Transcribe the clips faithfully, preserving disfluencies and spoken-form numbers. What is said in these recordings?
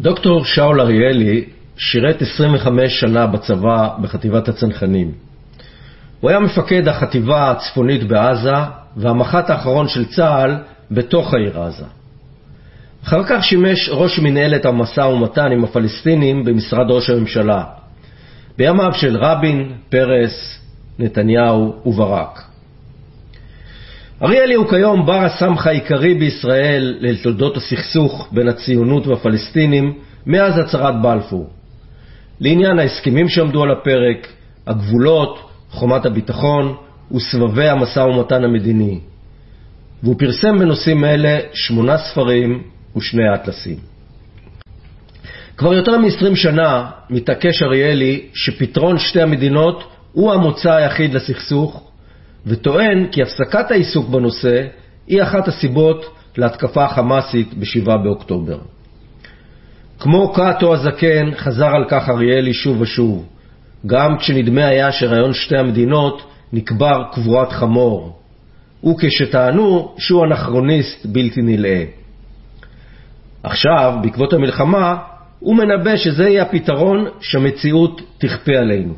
דוקטור שאול אריאלי שירת עשרים וחמש שנה בצבא בחטיבת הצנחנים. הוא היה מפקד החטיבה הצפונית בעזה והמח"ט האחרון של צה"ל בתוך העיר עזה. אחר כך שימש ראש מנהלת המשא ומתן עם הפלסטינים במשרד ראש הממשלה, בימיו של רבין, פרס, נתניהו וברק. אריאלי הוא כיום בר הסמכא העיקרי בישראל לתולדות הסכסוך בין הציונות והפלסטינים מאז הצהרת בלפור. לעניין ההסכמים שעמדו על הפרק, הגבולות, חומת הביטחון וסבבי המשא ומתן המדיני. והוא פרסם בנושאים אלה שמונה ספרים ושני אטלסים. כבר יותר מ-עשרים שנה מתעקש אריאלי שפתרון שתי המדינות הוא המוצא היחיד לסכסוך, וטוען כי הפסקת העיסוק בנושא היא אחת הסיבות להתקפה החמאסית בשבעה באוקטובר. כמו קאטו הזקן חזר על כך אריאלי שוב ושוב, גם כשנדמה היה שרעיון שתי המדינות נקבר קבורת חמור, וכשטענו שהוא אנכרוניסט בלתי נלאה. עכשיו, בעקבות המלחמה, הוא מנבא שזה יהיה הפתרון שהמציאות תכפה עלינו.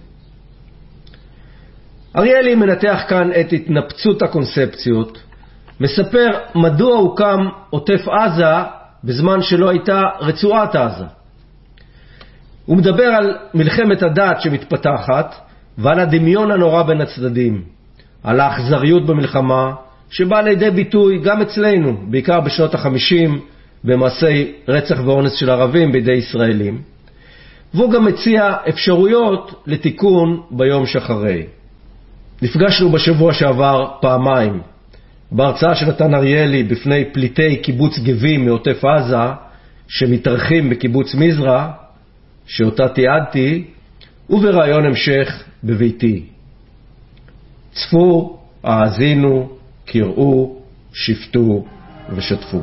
אריאלי מנתח כאן את התנפצות הקונספציות, מספר מדוע הוקם עוטף עזה בזמן שלא הייתה רצועת עזה. הוא מדבר על מלחמת הדת שמתפתחת ועל הדמיון הנורא בין הצדדים, על האכזריות במלחמה שבאה לידי ביטוי גם אצלנו, בעיקר בשנות החמישים, במעשי רצח ואונס של ערבים בידי ישראלים, והוא גם מציע אפשרויות לתיקון ביום שאחרי. נפגשנו בשבוע שעבר פעמיים, בהרצאה שנתן אריאלי בפני פליטי קיבוץ גבים מעוטף עזה שמתארחים בקיבוץ מזרע, שאותה תיעדתי, וברעיון המשך בביתי. צפו, האזינו, קראו, שפטו ושתפו.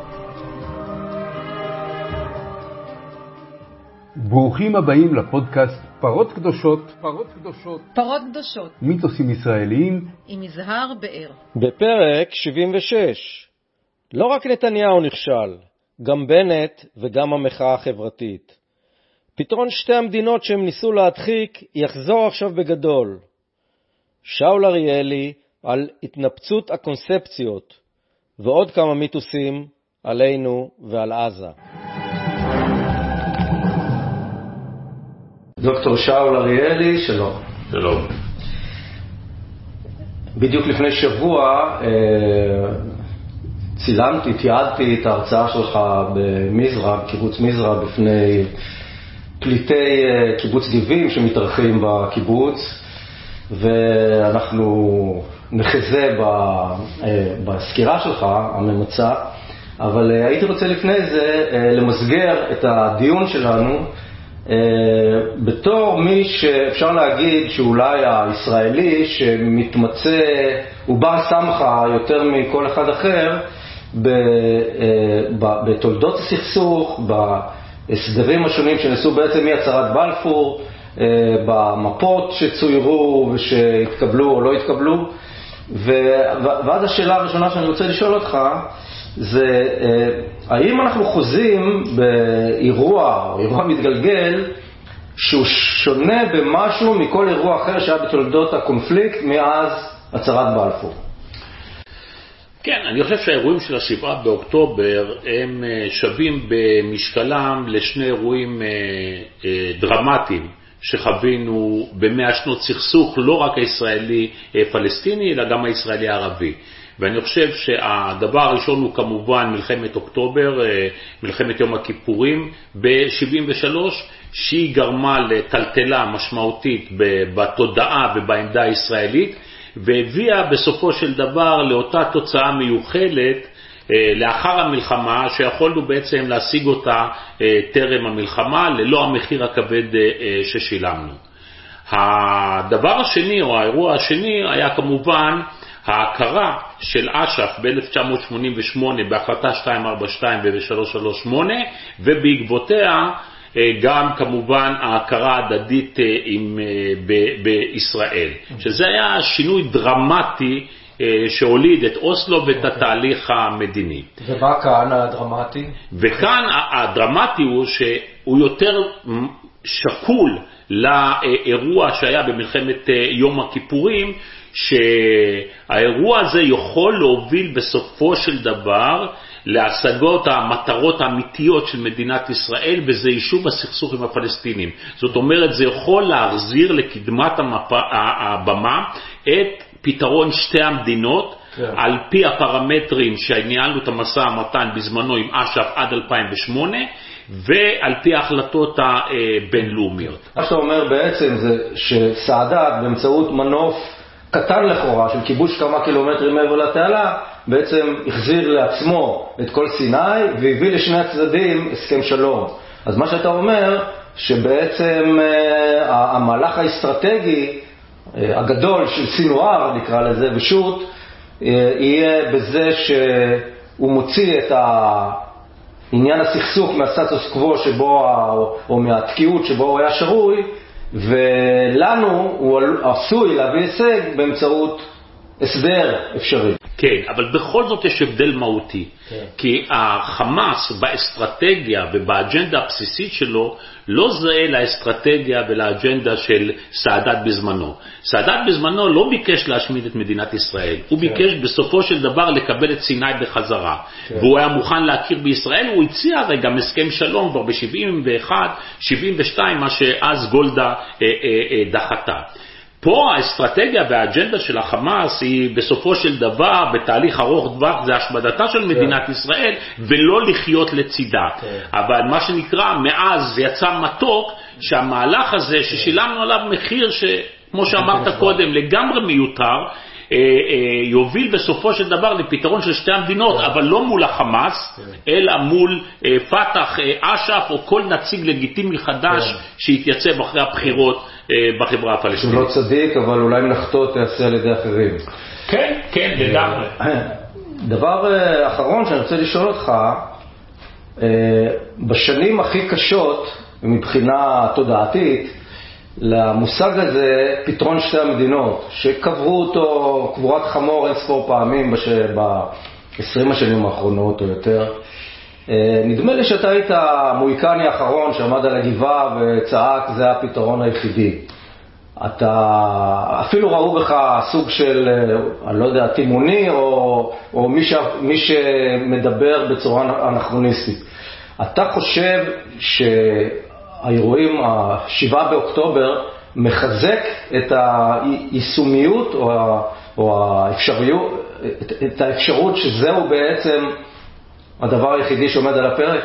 ברוכים הבאים לפודקאסט פרות קדושות, פרות קדושות, פרות קדושות, מיתוסים ישראליים עם יזהר באר. בפרק שבעים ושש. לא רק נתניהו נכשל, גם בנט וגם המחאה החברתית. פתרון שתי המדינות שהם ניסו להדחיק יחזור עכשיו בגדול. שאול אריאלי על התנפצות הקונספציות, ועוד כמה מיתוסים עלינו ועל עזה. דוקטור שאול אריאלי, שלום. שלום. בדיוק לפני שבוע צילמתי, תיעדתי את ההרצאה שלך במזרע, קיבוץ מזרע, בפני פליטי קיבוץ גבים שמתארחים בקיבוץ, ואנחנו נחזה בסקירה שלך הממצא, אבל הייתי רוצה לפני זה למסגר את הדיון שלנו בתור מי שאפשר להגיד שאולי הישראלי שמתמצא, הוא בר סמכא יותר מכל אחד אחר בתולדות הסכסוך, בהסדרים השונים שנעשו בעצם מהצהרת בלפור, במפות שצוירו ושהתקבלו או לא התקבלו. ואז השאלה הראשונה שאני רוצה לשאול אותך זה, האם אנחנו חוזים באירוע או אירוע מתגלגל שהוא שונה במשהו מכל אירוע אחר שהיה בתולדות הקונפליקט מאז הצהרת בלפור? כן, אני חושב שהאירועים של השבעה באוקטובר הם שווים במשקלם לשני אירועים דרמטיים שחווינו במאה שנות סכסוך, לא רק הישראלי-פלסטיני אלא גם הישראלי-ערבי. ואני חושב שהדבר הראשון הוא כמובן מלחמת אוקטובר, מלחמת יום הכיפורים ב-שבעים ושלוש, שהיא גרמה לטלטלה משמעותית בתודעה ובעמדה הישראלית, והביאה בסופו של דבר לאותה תוצאה מיוחדת לאחר המלחמה, שיכולנו בעצם להשיג אותה טרם המלחמה, ללא המחיר הכבד ששילמנו. הדבר השני, או האירוע השני, היה כמובן ההכרה של אש"ף ב-אלף תשע מאות שמונים ושמונה בהחלטה שתיים ארבע שתיים ו-שלוש שלוש שמונה, ובעקבותיה גם כמובן ההכרה הדדית עם, ב- בישראל, שזה היה שינוי דרמטי שהוליד את אוסלו ואת התהליך המדיני. ומה כאן הדרמטי? וכאן הדרמטי הוא שהוא יותר שקול לאירוע שהיה במלחמת יום הכיפורים, שהאירוע הזה יכול להוביל בסופו של דבר להשגות המטרות האמיתיות של מדינת ישראל, וזה יישוב הסכסוך עם הפלסטינים. זאת אומרת, זה יכול להחזיר לקדמת המפה, הבמה את פתרון שתי המדינות, כן. על פי הפרמטרים שניהלנו את המשא המתן בזמנו עם אש"ף עד אלפיים ושמונה, ועל פי ההחלטות הבינלאומיות. מה שאתה אומר בעצם זה שסאדאת באמצעות מנוף קטן לכאורה של כיבוש כמה קילומטרים מעבר לתעלה, בעצם החזיר לעצמו את כל סיני והביא לשני הצדדים הסכם שלום. אז מה שאתה אומר שבעצם המהלך האסטרטגי הגדול של סינואר, נקרא לזה, ושות, יהיה בזה שהוא מוציא את העניין הסכסוך מהסטטוס קוו שבו, או מהתקיעות שבו הוא היה שרוי, ולנו הוא עשוי להביא הישג באמצעות הסדר אפשרי. כן, אבל בכל זאת יש הבדל מהותי. כן. כי החמאס באסטרטגיה ובאג'נדה הבסיסית שלו לא זהה לאסטרטגיה ולאג'נדה של סאדאת בזמנו. סאדאת בזמנו לא ביקש להשמיד את מדינת ישראל. הוא כן. ביקש בסופו של דבר לקבל את סיני בחזרה. כן. והוא היה מוכן להכיר בישראל. הוא הציע הרי גם הסכם שלום כבר ב-שבעים ואחת, שבעים ושתיים, מה שאז גולדה אה, אה, אה, דחתה. פה האסטרטגיה והאג'נדה של החמאס היא בסופו של דבר בתהליך ארוך טווח, זה השמדתה של מדינת ישראל ולא לחיות לצידה. אבל מה שנקרא מאז יצא מתוק שהמהלך הזה ששילמנו עליו מחיר שכמו שאמרת קודם לגמרי מיותר, יוביל בסופו של דבר לפתרון של שתי המדינות, אבל לא מול החמאס, אלא מול פתח, אש"ף או כל נציג לגיטימי חדש שיתייצב אחרי הבחירות בחברה הפלסטינית. שהוא לא צדיק, אבל אולי מלאכתו תעשה על ידי אחרים. כן, כן, לגמרי. דבר אחרון שאני רוצה לשאול אותך, בשנים הכי קשות מבחינה תודעתית, למושג הזה פתרון שתי המדינות, שקברו אותו קבורת חמור אין ספור פעמים ב-עשרים השנים האחרונות או יותר. נדמה לי שאתה היית המויקני האחרון שעמד על הגבעה וצעק זה הפתרון היחידי. אתה אפילו ראו בך סוג של, אני לא יודע, תימוני או, או מי, ש, מי שמדבר בצורה אנכרוניסטית. אתה חושב ש... האירועים, השבעה באוקטובר, מחזק את היישומיות או, או האפשריות, את, את האפשרות שזהו בעצם הדבר היחידי שעומד על הפרק?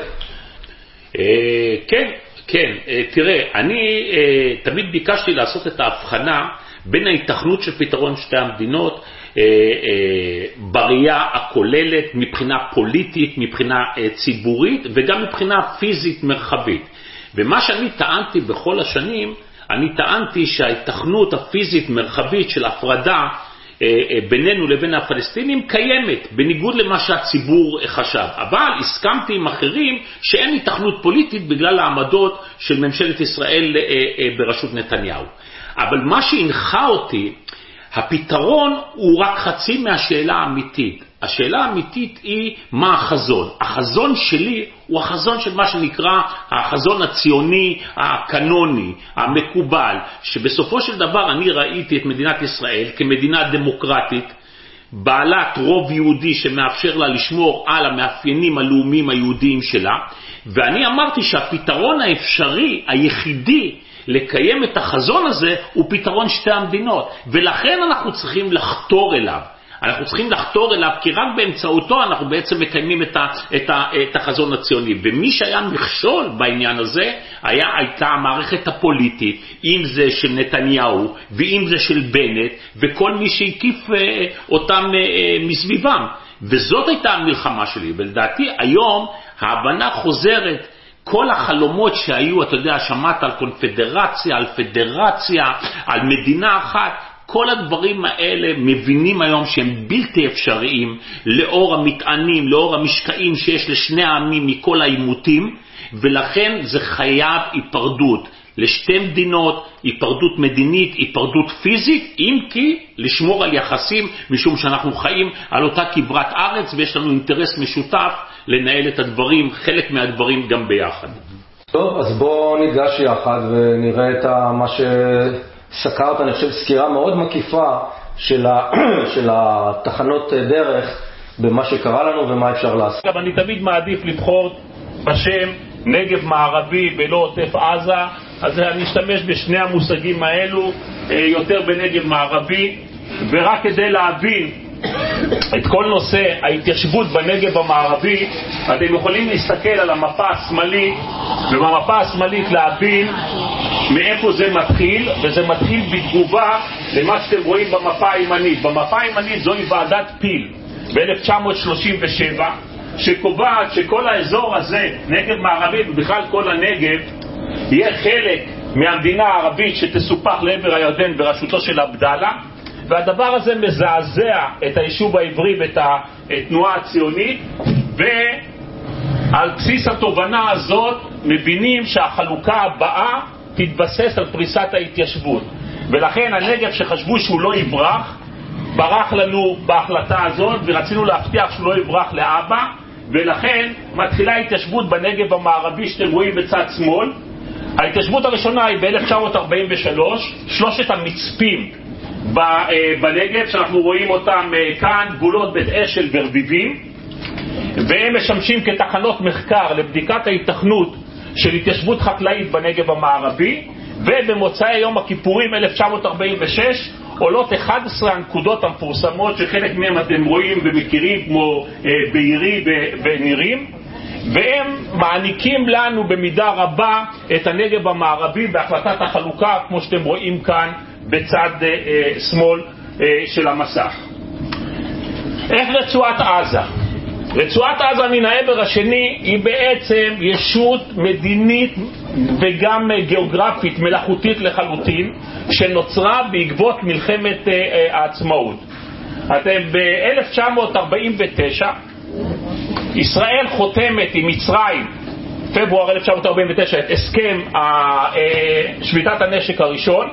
כן, כן. תראה, אני תמיד ביקשתי לעשות את ההבחנה בין ההיתכנות של פתרון שתי המדינות בראייה הכוללת מבחינה פוליטית, מבחינה ציבורית וגם מבחינה פיזית מרחבית. ומה שאני טענתי בכל השנים, אני טענתי שההיתכנות הפיזית מרחבית של הפרדה בינינו לבין הפלסטינים קיימת, בניגוד למה שהציבור חשב. אבל הסכמתי עם אחרים שאין היתכנות פוליטית בגלל העמדות של ממשלת ישראל בראשות נתניהו. אבל מה שהנחה אותי, הפתרון הוא רק חצי מהשאלה האמיתית. השאלה האמיתית היא מה החזון. החזון שלי הוא החזון של מה שנקרא החזון הציוני הקנוני, המקובל, שבסופו של דבר אני ראיתי את מדינת ישראל כמדינה דמוקרטית, בעלת רוב יהודי שמאפשר לה לשמור על המאפיינים הלאומיים היהודיים שלה, ואני אמרתי שהפתרון האפשרי היחידי לקיים את החזון הזה הוא פתרון שתי המדינות, ולכן אנחנו צריכים לחתור אליו. אנחנו צריכים לחתור אליו, כי רק באמצעותו אנחנו בעצם מקיימים את, ה, את, ה, את החזון הציוני. ומי שהיה מכשול בעניין הזה, היה, הייתה המערכת הפוליטית, אם זה של נתניהו, ואם זה של בנט, וכל מי שהקיף אה, אותם אה, מסביבם. וזאת הייתה המלחמה שלי. ולדעתי היום ההבנה חוזרת, כל החלומות שהיו, אתה יודע, שמעת על קונפדרציה, על פדרציה, על מדינה אחת, כל הדברים האלה מבינים היום שהם בלתי אפשריים לאור המטענים, לאור המשקעים שיש לשני העמים מכל העימותים, ולכן זה חייב היפרדות. לשתי מדינות, היפרדות מדינית, היפרדות פיזית, אם כי לשמור על יחסים, משום שאנחנו חיים על אותה כברת ארץ ויש לנו אינטרס משותף לנהל את הדברים, חלק מהדברים גם ביחד. טוב, אז בואו ניגש יחד ונראה את מה שסקרת, אני חושב סקירה מאוד מקיפה של, ה... של התחנות דרך במה שקרה לנו ומה אפשר לעשות. אני תמיד מעדיף לבחור בשם נגב מערבי ולא עוטף עזה, אז אני אשתמש בשני המושגים האלו, יותר בנגב מערבי, ורק כדי להבין את כל נושא ההתיישבות בנגב המערבי, אתם יכולים להסתכל על המפה השמאלית, ובמפה השמאלית להבין מאיפה זה מתחיל, וזה מתחיל בתגובה למה שאתם רואים במפה הימנית. במפה הימנית זוהי ועדת פיל ב-אלף תשע מאות שלושים ושבע, שקובעת שכל האזור הזה, נגב מערבי ובכלל כל הנגב, יהיה חלק מהמדינה הערבית שתסופח לעבר הירדן בראשותו של עבדאללה, והדבר הזה מזעזע את היישוב העברי ואת התנועה הציונית, ועל בסיס התובנה הזאת מבינים שהחלוקה הבאה תתבסס על פריסת ההתיישבות, ולכן הנגב שחשבו שהוא לא יברח, ברח לנו בהחלטה הזאת, ורצינו להבטיח שהוא לא יברח לאבא, ולכן מתחילה ההתיישבות בנגב המערבי שאתם רואים בצד שמאל. ההתיישבות הראשונה היא ב-אלף תשע מאות ארבעים ושלוש, שלושת המצפים בנגב שאנחנו רואים אותם כאן, גבולות בית אשל ורביבים, והם משמשים כתחנות מחקר לבדיקת ההיתכנות של התיישבות חקלאית בנגב המערבי. ובמוצאי יום הכיפורים אלף תשע מאות ארבעים ושש עולות אחת עשרה הנקודות המפורסמות שחלק מהם אתם רואים ומכירים, כמו אה, בעירי ונירים, והם מעניקים לנו במידה רבה את הנגב המערבי בהחלטת החלוקה, כמו שאתם רואים כאן בצד אה, אה, שמאל אה, של המסך. איך רצועת עזה? רצועת עזה מן העבר השני היא בעצם ישות מדינית וגם גיאוגרפית מלאכותית לחלוטין, שנוצרה בעקבות מלחמת העצמאות. אתם ב-אלף תשע מאות ארבעים ותשע ישראל חותמת עם מצרים, פברואר אלף תשע מאות ארבעים ותשע, את הסכם שביתת הנשק הראשון,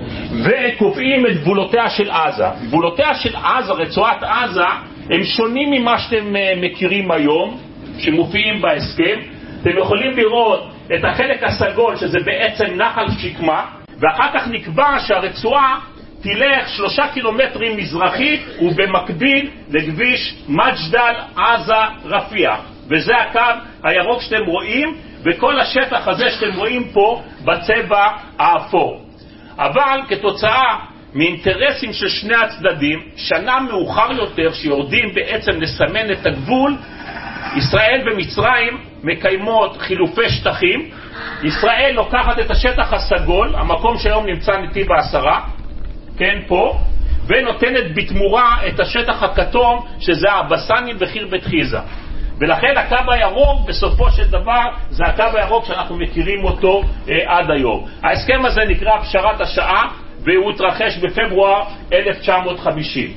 וקובעים את גבולותיה של עזה. גבולותיה של עזה, רצועת עזה, הם שונים ממה שאתם מכירים היום, שמופיעים בהסכם. אתם יכולים לראות את החלק הסגול, שזה בעצם נחל שקמה, ואחר כך נקבע שהרצועה תלך שלושה קילומטרים מזרחית ובמקביל לכביש מג'דל עזה רפיח, וזה הקו הירוק שאתם רואים, וכל השטח הזה שאתם רואים פה בצבע האפור. אבל כתוצאה מאינטרסים של שני הצדדים, שנה מאוחר יותר שיורדים בעצם לסמן את הגבול, ישראל ומצרים מקיימות חילופי שטחים. ישראל לוקחת את השטח הסגול, המקום שהיום נמצא נתיב העשרה, כן, פה, ונותנת בתמורה את השטח הכתום, שזה הבסנים וחיר בית חיזה. ולכן הקו הירוק בסופו של דבר זה הקו הירוק שאנחנו מכירים אותו אה, עד היום. ההסכם הזה נקרא פשרת השעה, והוא התרחש בפברואר אלף תשע מאות חמישים.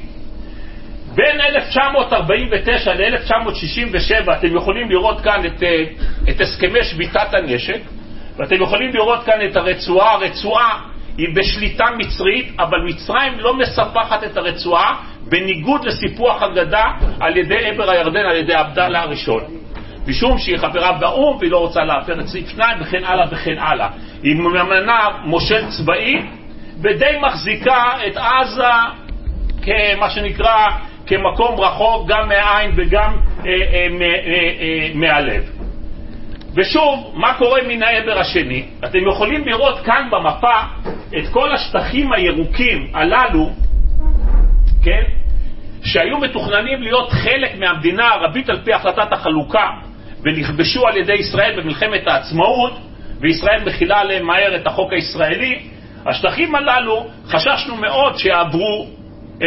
בין אלף תשע מאות ארבעים ותשע ל-אלף תשע מאות שישים ושבע אתם יכולים לראות כאן את, את הסכמי שביתת הנשק, ואתם יכולים לראות כאן את הרצועה. הרצועה היא בשליטה מצרית, אבל מצרים לא מספחת את הרצועה, בניגוד לסיפוח הגדה על ידי עבר הירדן, על ידי עבדאללה הראשון, משום שהיא חברה באום והיא לא רוצה להפר את סעיף שניים וכן הלאה וכן הלאה. היא ממנה מושל צבאי ודי מחזיקה את עזה כמה שנקרא כמקום רחוק גם מהעין וגם אה, אה, אה, אה, מהלב. ושוב, מה קורה מן העבר השני? אתם יכולים לראות כאן במפה את כל השטחים הירוקים הללו, כן, שהיו מתוכננים להיות חלק מהמדינה הערבית על פי החלטת החלוקה, ונכבשו על ידי ישראל במלחמת העצמאות, וישראל מכילה עליהם מהר את החוק הישראלי. השטחים הללו חששנו מאוד שיעברו אה,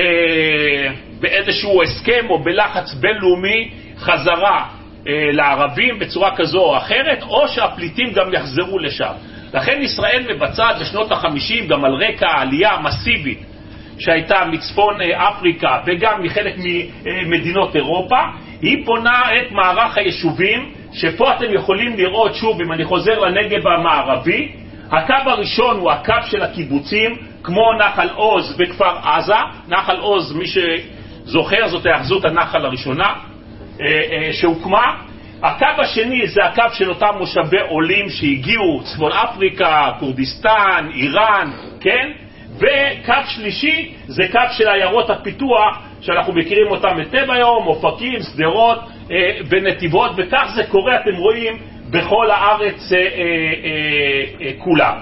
באיזשהו הסכם או בלחץ בינלאומי חזרה אה, לערבים בצורה כזו או אחרת, או שהפליטים גם יחזרו לשם. לכן ישראל מבצעת בשנות החמישים, גם על רקע העלייה המסיבית שהייתה מצפון אפריקה וגם מחלק ממדינות אירופה, היא פונה את מערך היישובים, שפה אתם יכולים לראות שוב, אם אני חוזר לנגב המערבי, הקו הראשון הוא הקו של הקיבוצים, כמו נחל עוז בכפר עזה. נחל עוז, מי שזוכר, זאת היאחזות הנחל הראשונה שהוקמה. הקו השני זה הקו של אותם מושבי עולים שהגיעו, צפון אפריקה, קורדיסטן, איראן, כן? וקו שלישי זה קו של עיירות הפיתוח, שאנחנו מכירים אותם היטב היום, אופקים, שדרות ונתיבות, וכך זה קורה, אתם רואים, בכל הארץ אה, אה, אה, כולה.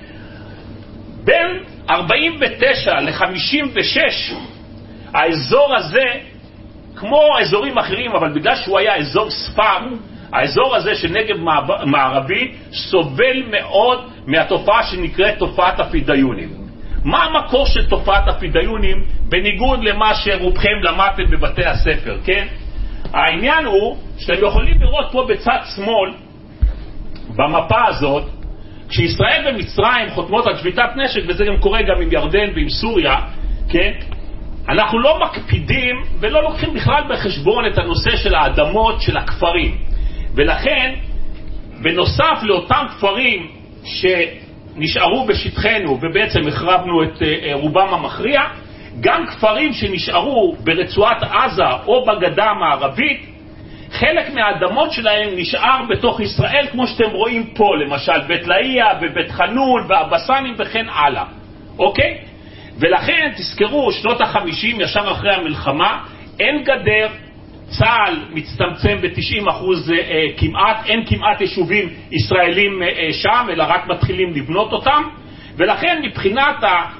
בין ארבעים ותשע ל-חמישים ושש, האזור הזה, כמו אזורים אחרים, אבל בגלל שהוא היה אזור ספר, האזור הזה של נגב מערבי סובל מאוד מהתופעה שנקראת תופעת הפידיונים. מה המקור של תופעת הפידיונים, בניגוד למה שרובכם למדתם בבתי הספר, כן? העניין הוא שאתם יכולים לראות פה בצד שמאל, במפה הזאת, כשישראל ומצרים חותמות על שביתת נשק, וזה גם קורה גם עם ירדן ועם סוריה, כן? אנחנו לא מקפידים ולא לוקחים בכלל בחשבון את הנושא של האדמות של הכפרים. ולכן, בנוסף לאותם כפרים שנשארו בשטחנו ובעצם החרבנו את רובם המכריע, גם כפרים שנשארו ברצועת עזה או בגדה המערבית, חלק מהאדמות שלהם נשאר בתוך ישראל, כמו שאתם רואים פה, למשל בית לאיה ובית חנון והבסנים וכן הלאה. אוקיי? ולכן תזכרו, שנות החמישים, ישר אחרי המלחמה, אין גדר, צה"ל מצטמצם ב-תשעים אחוז אה, כמעט, אין כמעט יישובים ישראלים אה, שם, אלא רק מתחילים לבנות אותם, ולכן מבחינת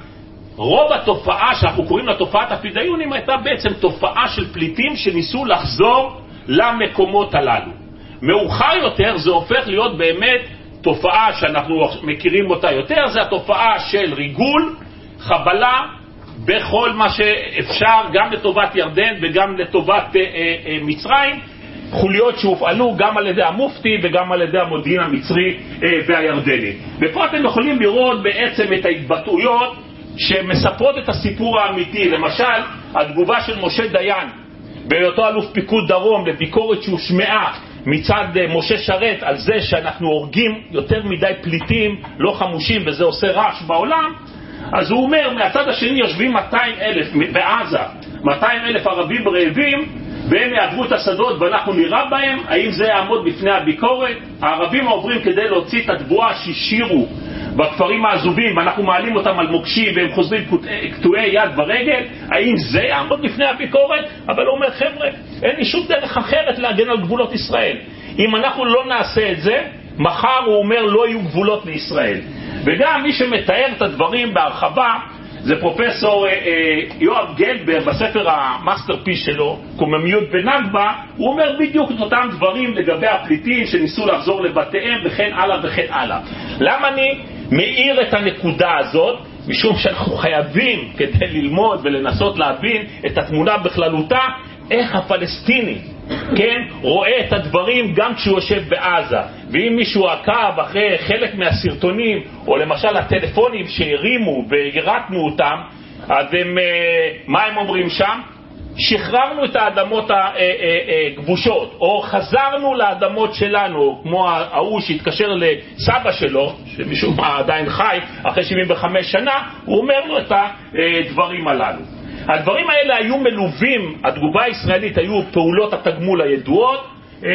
רוב התופעה שאנחנו קוראים לה תופעת הפידיונים, הייתה בעצם תופעה של פליטים שניסו לחזור למקומות הללו. מאוחר יותר זה הופך להיות באמת תופעה שאנחנו מכירים אותה יותר, זה התופעה של ריגול, חבלה, בכל מה שאפשר, גם לטובת ירדן וגם לטובת אה, אה, מצרים, חוליות שהופעלו גם על ידי המופתי וגם על ידי המודיעין המצרי אה, והירדני. ופה אתם יכולים לראות בעצם את ההתבטאויות שמספרות את הסיפור האמיתי. למשל, התגובה של משה דיין, בהיותו אלוף פיקוד דרום, לביקורת שהושמעה מצד משה שרת על זה שאנחנו הורגים יותר מדי פליטים לא חמושים וזה עושה רעש בעולם, אז הוא אומר, מהצד השני יושבים מאתיים אלף בעזה, מאתיים אלף ערבים רעבים, והם יעברו את השדות ואנחנו נראה בהם. האם זה יעמוד בפני הביקורת? הערבים העוברים כדי להוציא את התבואה שהשאירו בכפרים העזובים, ואנחנו מעלים אותם על מוקשים והם חוזרים קטועי יד ורגל, האם זה יעמוד בפני הביקורת? אבל הוא אומר, חבר'ה, אין לי שום דרך אחרת להגן על גבולות ישראל. אם אנחנו לא נעשה את זה, מחר הוא אומר לא יהיו גבולות לישראל. וגם מי שמתאר את הדברים בהרחבה זה פרופסור אה, אה, יואב גלבר בספר המאסטרפיס שלו, קוממיות בנגבה. הוא אומר בדיוק את אותם דברים לגבי הפליטים שניסו לחזור לבתיהם וכן הלאה וכן הלאה. למה אני מאיר את הנקודה הזאת? משום שאנחנו חייבים כדי ללמוד ולנסות להבין את התמונה בכללותה, איך הפלסטיני, כן, רואה את הדברים גם כשהוא יושב בעזה. ואם מישהו עקב אחרי חלק מהסרטונים, או למשל הטלפונים שהרימו והרתנו אותם, אז הם, מה הם אומרים שם? שחררנו את האדמות הכבושות, או חזרנו לאדמות שלנו, כמו ההוא שהתקשר לסבא שלו, שמשום מה עדיין חי, אחרי שבעים וחמש שנה, הוא אומר לו את הדברים הללו. הדברים האלה היו מלווים, התגובה הישראלית היו פעולות התגמול הידועות,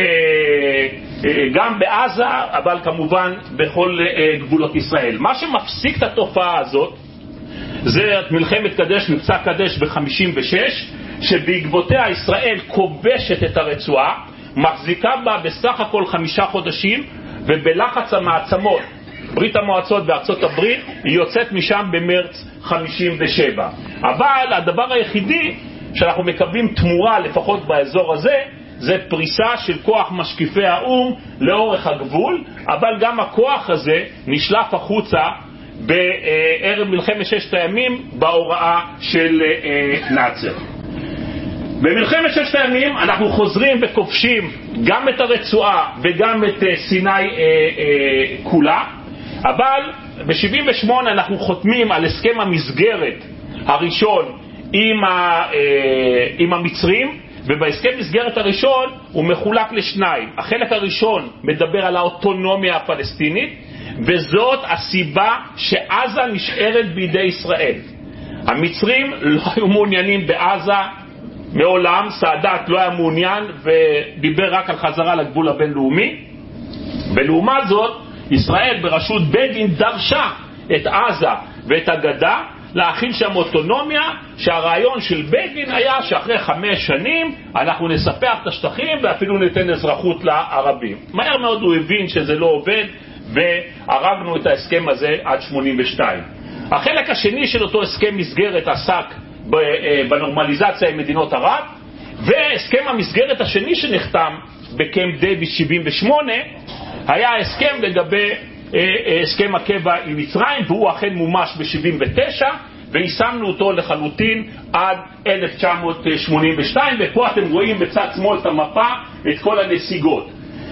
גם בעזה, אבל כמובן בכל גבולות ישראל. מה שמפסיק את התופעה הזאת, זה מלחמת קדש, מבצע קדש ב-חמישים ושש, שבעקבותיה ישראל כובשת את הרצועה, מחזיקה בה בסך הכל חמישה חודשים, ובלחץ המעצמות, ברית המועצות וארצות הברית, היא יוצאת משם במרץ חמישים ושבע. אבל הדבר היחידי שאנחנו מקבלים תמורה, לפחות באזור הזה, זה פריסה של כוח משקיפי האום לאורך הגבול, אבל גם הכוח הזה נשלף החוצה בערב מלחמת ששת הימים בהוראה של נאצר. במלחמת ששת הימים אנחנו חוזרים וכובשים גם את הרצועה וגם את סיני אה, אה, כולה, אבל ב-שבעים ושמונה אנחנו חותמים על הסכם המסגרת הראשון עם, ה, אה, עם המצרים, ובהסכם מסגרת הראשון הוא מחולק לשניים. החלק הראשון מדבר על האוטונומיה הפלסטינית, וזאת הסיבה שעזה נשארת בידי ישראל. המצרים לא היו מעוניינים בעזה מעולם, סאדאת לא היה מעוניין ודיבר רק על חזרה לגבול הבינלאומי. ולעומת זאת, ישראל בראשות בגין דרשה את עזה ואת הגדה להכיל שם אוטונומיה, שהרעיון של בגין היה שאחרי חמש שנים אנחנו נספח את השטחים ואפילו ניתן אזרחות לערבים. מהר מאוד הוא הבין שזה לא עובד והרגנו את ההסכם הזה עד שמונים ושתיים. החלק השני של אותו הסכם מסגרת עסק בנורמליזציה עם מדינות ערב, והסכם המסגרת השני שנחתם בקמפ דיוויד שבעים ושמונה היה הסכם לגבי הסכם הקבע עם מצרים, והוא אכן מומש ב-שבעים ותשע ויישמנו אותו לחלוטין עד אלף תשע מאות שמונים ושתיים. ופה אתם רואים בצד שמאל את המפה, את כל הנסיגות.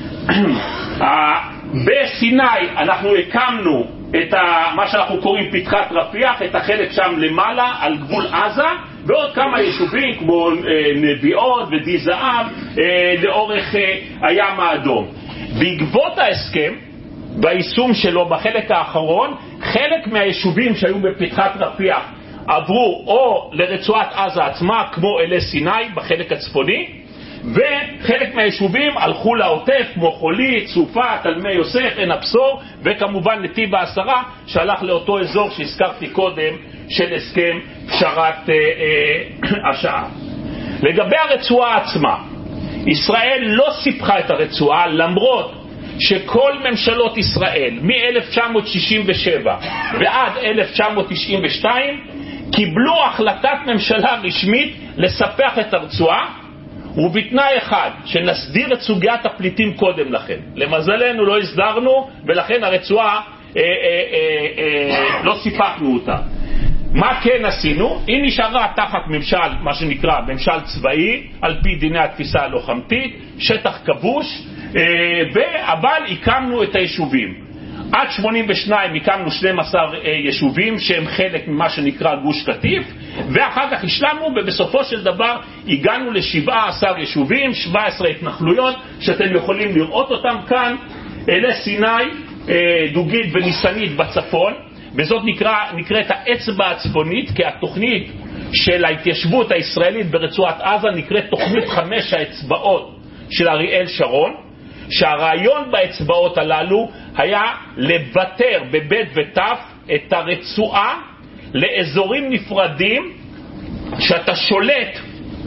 בסיני אנחנו הקמנו את מה שאנחנו קוראים פתחת רפיח, את החלק שם למעלה על גבול עזה, ועוד כמה יישובים כמו נביעות ודי זהב לאורך הים האדום. בעקבות ההסכם, ביישום שלו בחלק האחרון, חלק מהיישובים שהיו בפתחת רפיח עברו או לרצועת עזה עצמה כמו אלי סיני בחלק הצפוני, וחלק מהיישובים הלכו לעוטף כמו חולי, צופה, תלמי יוסף, עין הבשור, וכמובן נתיב העשרה שהלך לאותו אזור שהזכרתי קודם של הסכם פשרת אה, אה, השעה. לגבי הרצועה עצמה, ישראל לא סיפחה את הרצועה, למרות שכל ממשלות ישראל מ-אלף תשע מאות שישים ושבע ועד אלף תשע מאות תשעים ושתיים קיבלו החלטת ממשלה רשמית לספח את הרצועה, ובתנאי אחד, שנסדיר את סוגיית הפליטים קודם לכן. למזלנו לא הסדרנו, ולכן הרצועה אה, אה, אה, אה, לא סיפחנו אותה. מה כן עשינו? היא נשארה תחת ממשל, מה שנקרא ממשל צבאי, על פי דיני התפיסה הלוחמתית, שטח כבוש, אה, אבל הקמנו את היישובים. עד שמונים ושתיים הקמנו שנים עשר יישובים שהם חלק ממה שנקרא גוש קטיף, ואחר כך השלמנו, ובסופו של דבר הגענו ל-שבעה עשר יישובים, שבע עשרה התנחלויות שאתם יכולים לראות אותם כאן, אלי סיני, דוגית וניסנית בצפון, וזאת נקרא, נקראת האצבע הצפונית, כי התוכנית של ההתיישבות הישראלית ברצועת עזה נקראת תוכנית חמש האצבעות של אריאל שרון, שהרעיון באצבעות הללו היה לוותר בבית ותף את הרצועה לאזורים נפרדים שאתה שולט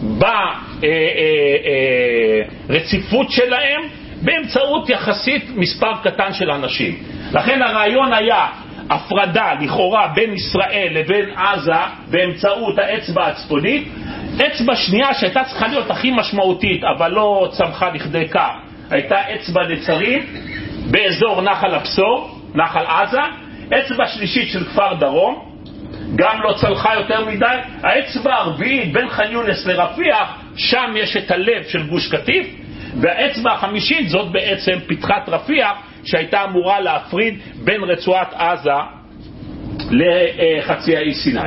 ברציפות שלהם באמצעות יחסית מספר קטן של אנשים. לכן הרעיון היה הפרדה לכאורה בין ישראל לבין עזה באמצעות האצבע הצפונית. אצבע שנייה שהייתה צריכה להיות הכי משמעותית אבל לא צמחה לכדי כך הייתה אצבע נצרים באזור נחל הבשור, נחל עזה. אצבע שלישית של כפר דרום, גם לא צלחה יותר מדי. האצבע הרביעית בין ח'אן יונס לרפיח, שם יש את הלב של גוש קטיף. והאצבע החמישית זאת בעצם פתחת רפיח, שהייתה אמורה להפריד בין רצועת עזה לחצי האי סיני.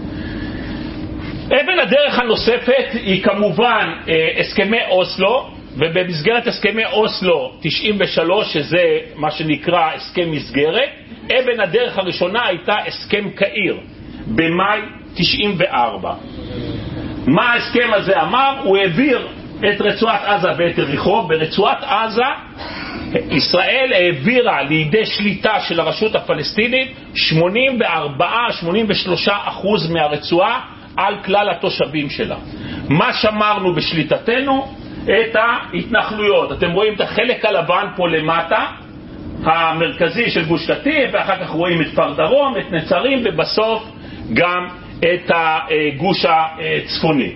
אבן הדרך הנוספת היא כמובן הסכמי אוסלו, ובמסגרת הסכמי אוסלו תשעים ושלוש, שזה מה שנקרא הסכם מסגרת, אבן הדרך הראשונה הייתה הסכם קהיר במאי תשעים וארבע. מה ההסכם הזה אמר? הוא העביר את רצועת עזה ואת יריחו. ברצועת עזה ישראל העבירה לידי שליטה של הרשות הפלסטינית שמונים וארבע שמונים ושלושה אחוז מהרצועה על כלל התושבים שלה. מה שמרנו בשליטתנו? את ההתנחלויות. אתם רואים את החלק הלבן פה למטה, המרכזי של גוש קטיף, ואחר כך רואים את כפר דרום, את נצרים, ובסוף גם את הגוש הצפוני.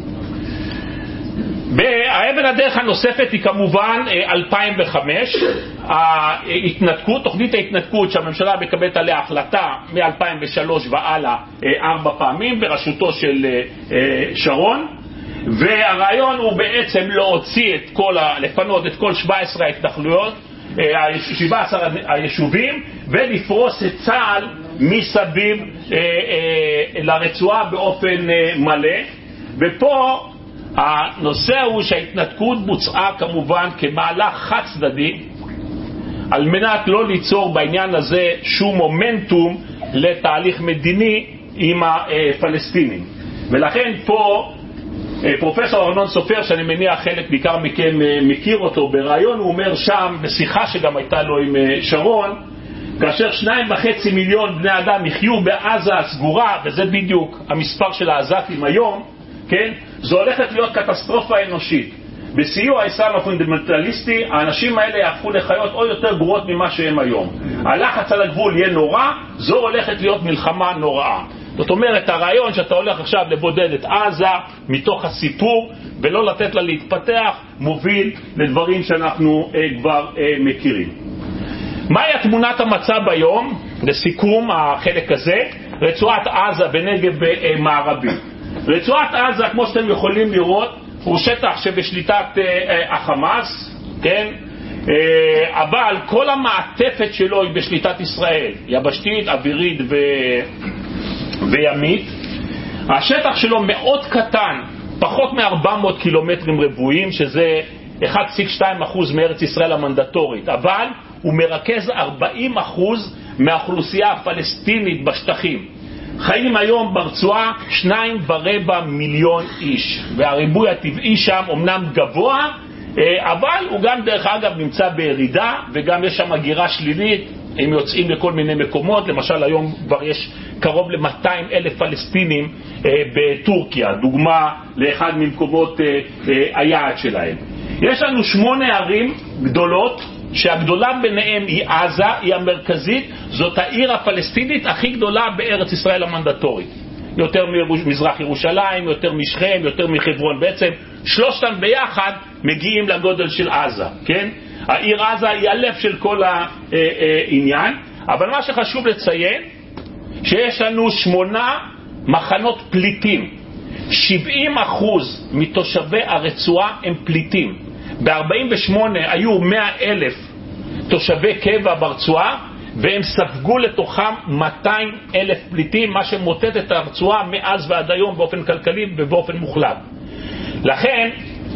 האבן הדרך הנוספת היא כמובן אלפיים וחמש, ההתנתקות, תוכנית ההתנתקות שהממשלה מקבלת עליה החלטה מ-אלפיים ושלוש והלאה ארבע פעמים בראשותו של שרון. והרעיון הוא בעצם להוציא את כל, לפנות את כל שבע עשרה ההתנחלויות, שבע עשרה היישובים, ולפרוס את צה"ל מסביב אה, אה, לרצועה באופן אה, מלא. ופה הנושא הוא שההתנתקות בוצעה כמובן כמהלך חד צדדי על מנת לא ליצור בעניין הזה שום מומנטום לתהליך מדיני עם הפלסטינים. ולכן פה פרופסור ארנון סופר, שאני מניח חלק בעיקר מכם מכיר אותו ברעיון, הוא אומר שם בשיחה שגם הייתה לו עם שרון, כאשר שניים וחצי מיליון בני אדם יחיו בעזה הסגורה, וזה בדיוק המספר של העזתים היום, כן? זו הולכת להיות קטסטרופה אנושית. בסיוע האסלאם הפונדמנטליסטי, האנשים האלה יהפכו לחיות עוד יותר גרועות ממה שהם היום. הלחץ על הגבול יהיה נורא, זו הולכת להיות מלחמה נוראה. זאת אומרת, הרעיון שאתה הולך עכשיו לבודד את עזה מתוך הסיפור, ולא לתת לה להתפתח, מוביל לדברים שאנחנו אה, כבר אה, מכירים. מהי תמונת המצב היום? לסיכום החלק הזה, רצועת עזה בנגב מערבי. רצועת עזה, כמו שאתם יכולים לראות, הוא שטח שבשליטת אה, החמאס, כן? אה, אבל כל המעטפת שלו היא בשליטת ישראל, יבשתית, אווירית ו... וימית. השטח שלו מאוד קטן, פחות מ-ארבע מאות קילומטרים רבועים, שזה אחד נקודה שתיים אחוז מארץ ישראל המנדטורית, אבל הוא מרכז ארבעים אחוז מהאוכלוסייה הפלסטינית בשטחים. חיים היום ברצועה שניים ורבע מיליון איש, והריבוי הטבעי שם אומנם גבוה, אבל הוא גם דרך אגב נמצא בירידה, וגם יש שם הגירה שלילית, הם יוצאים לכל מיני מקומות. למשל היום כבר יש קרוב ל-מאתיים אלף פלסטינים בטורקיה, דוגמה לאחד ממקומות היעד שלהם. יש לנו שמונה ערים גדולות, שהגדולה ביניהם היא עזה, היא המרכזית, זאת העיר הפלסטינית הכי גדולה בארץ ישראל המנדטורית. יותר ממזרח ירושלים, יותר משכם, יותר מחברון. בעצם שלושתם ביחד מגיעים לגודל של עזה, כן? העיר עזה היא הלב של כל העניין, אבל מה שחשוב לציין, שיש לנו שמונה מחנות פליטים. שבעים אחוז מתושבי הרצועה הם פליטים. ב-ארבעים ושמונה היו מאה אלף תושבי קבע ברצועה, והם ספגו לתוכם מאתיים אלף פליטים, מה שמוטט את הרצועה מאז ועד היום באופן כלכלי ובאופן מוחלט. לכן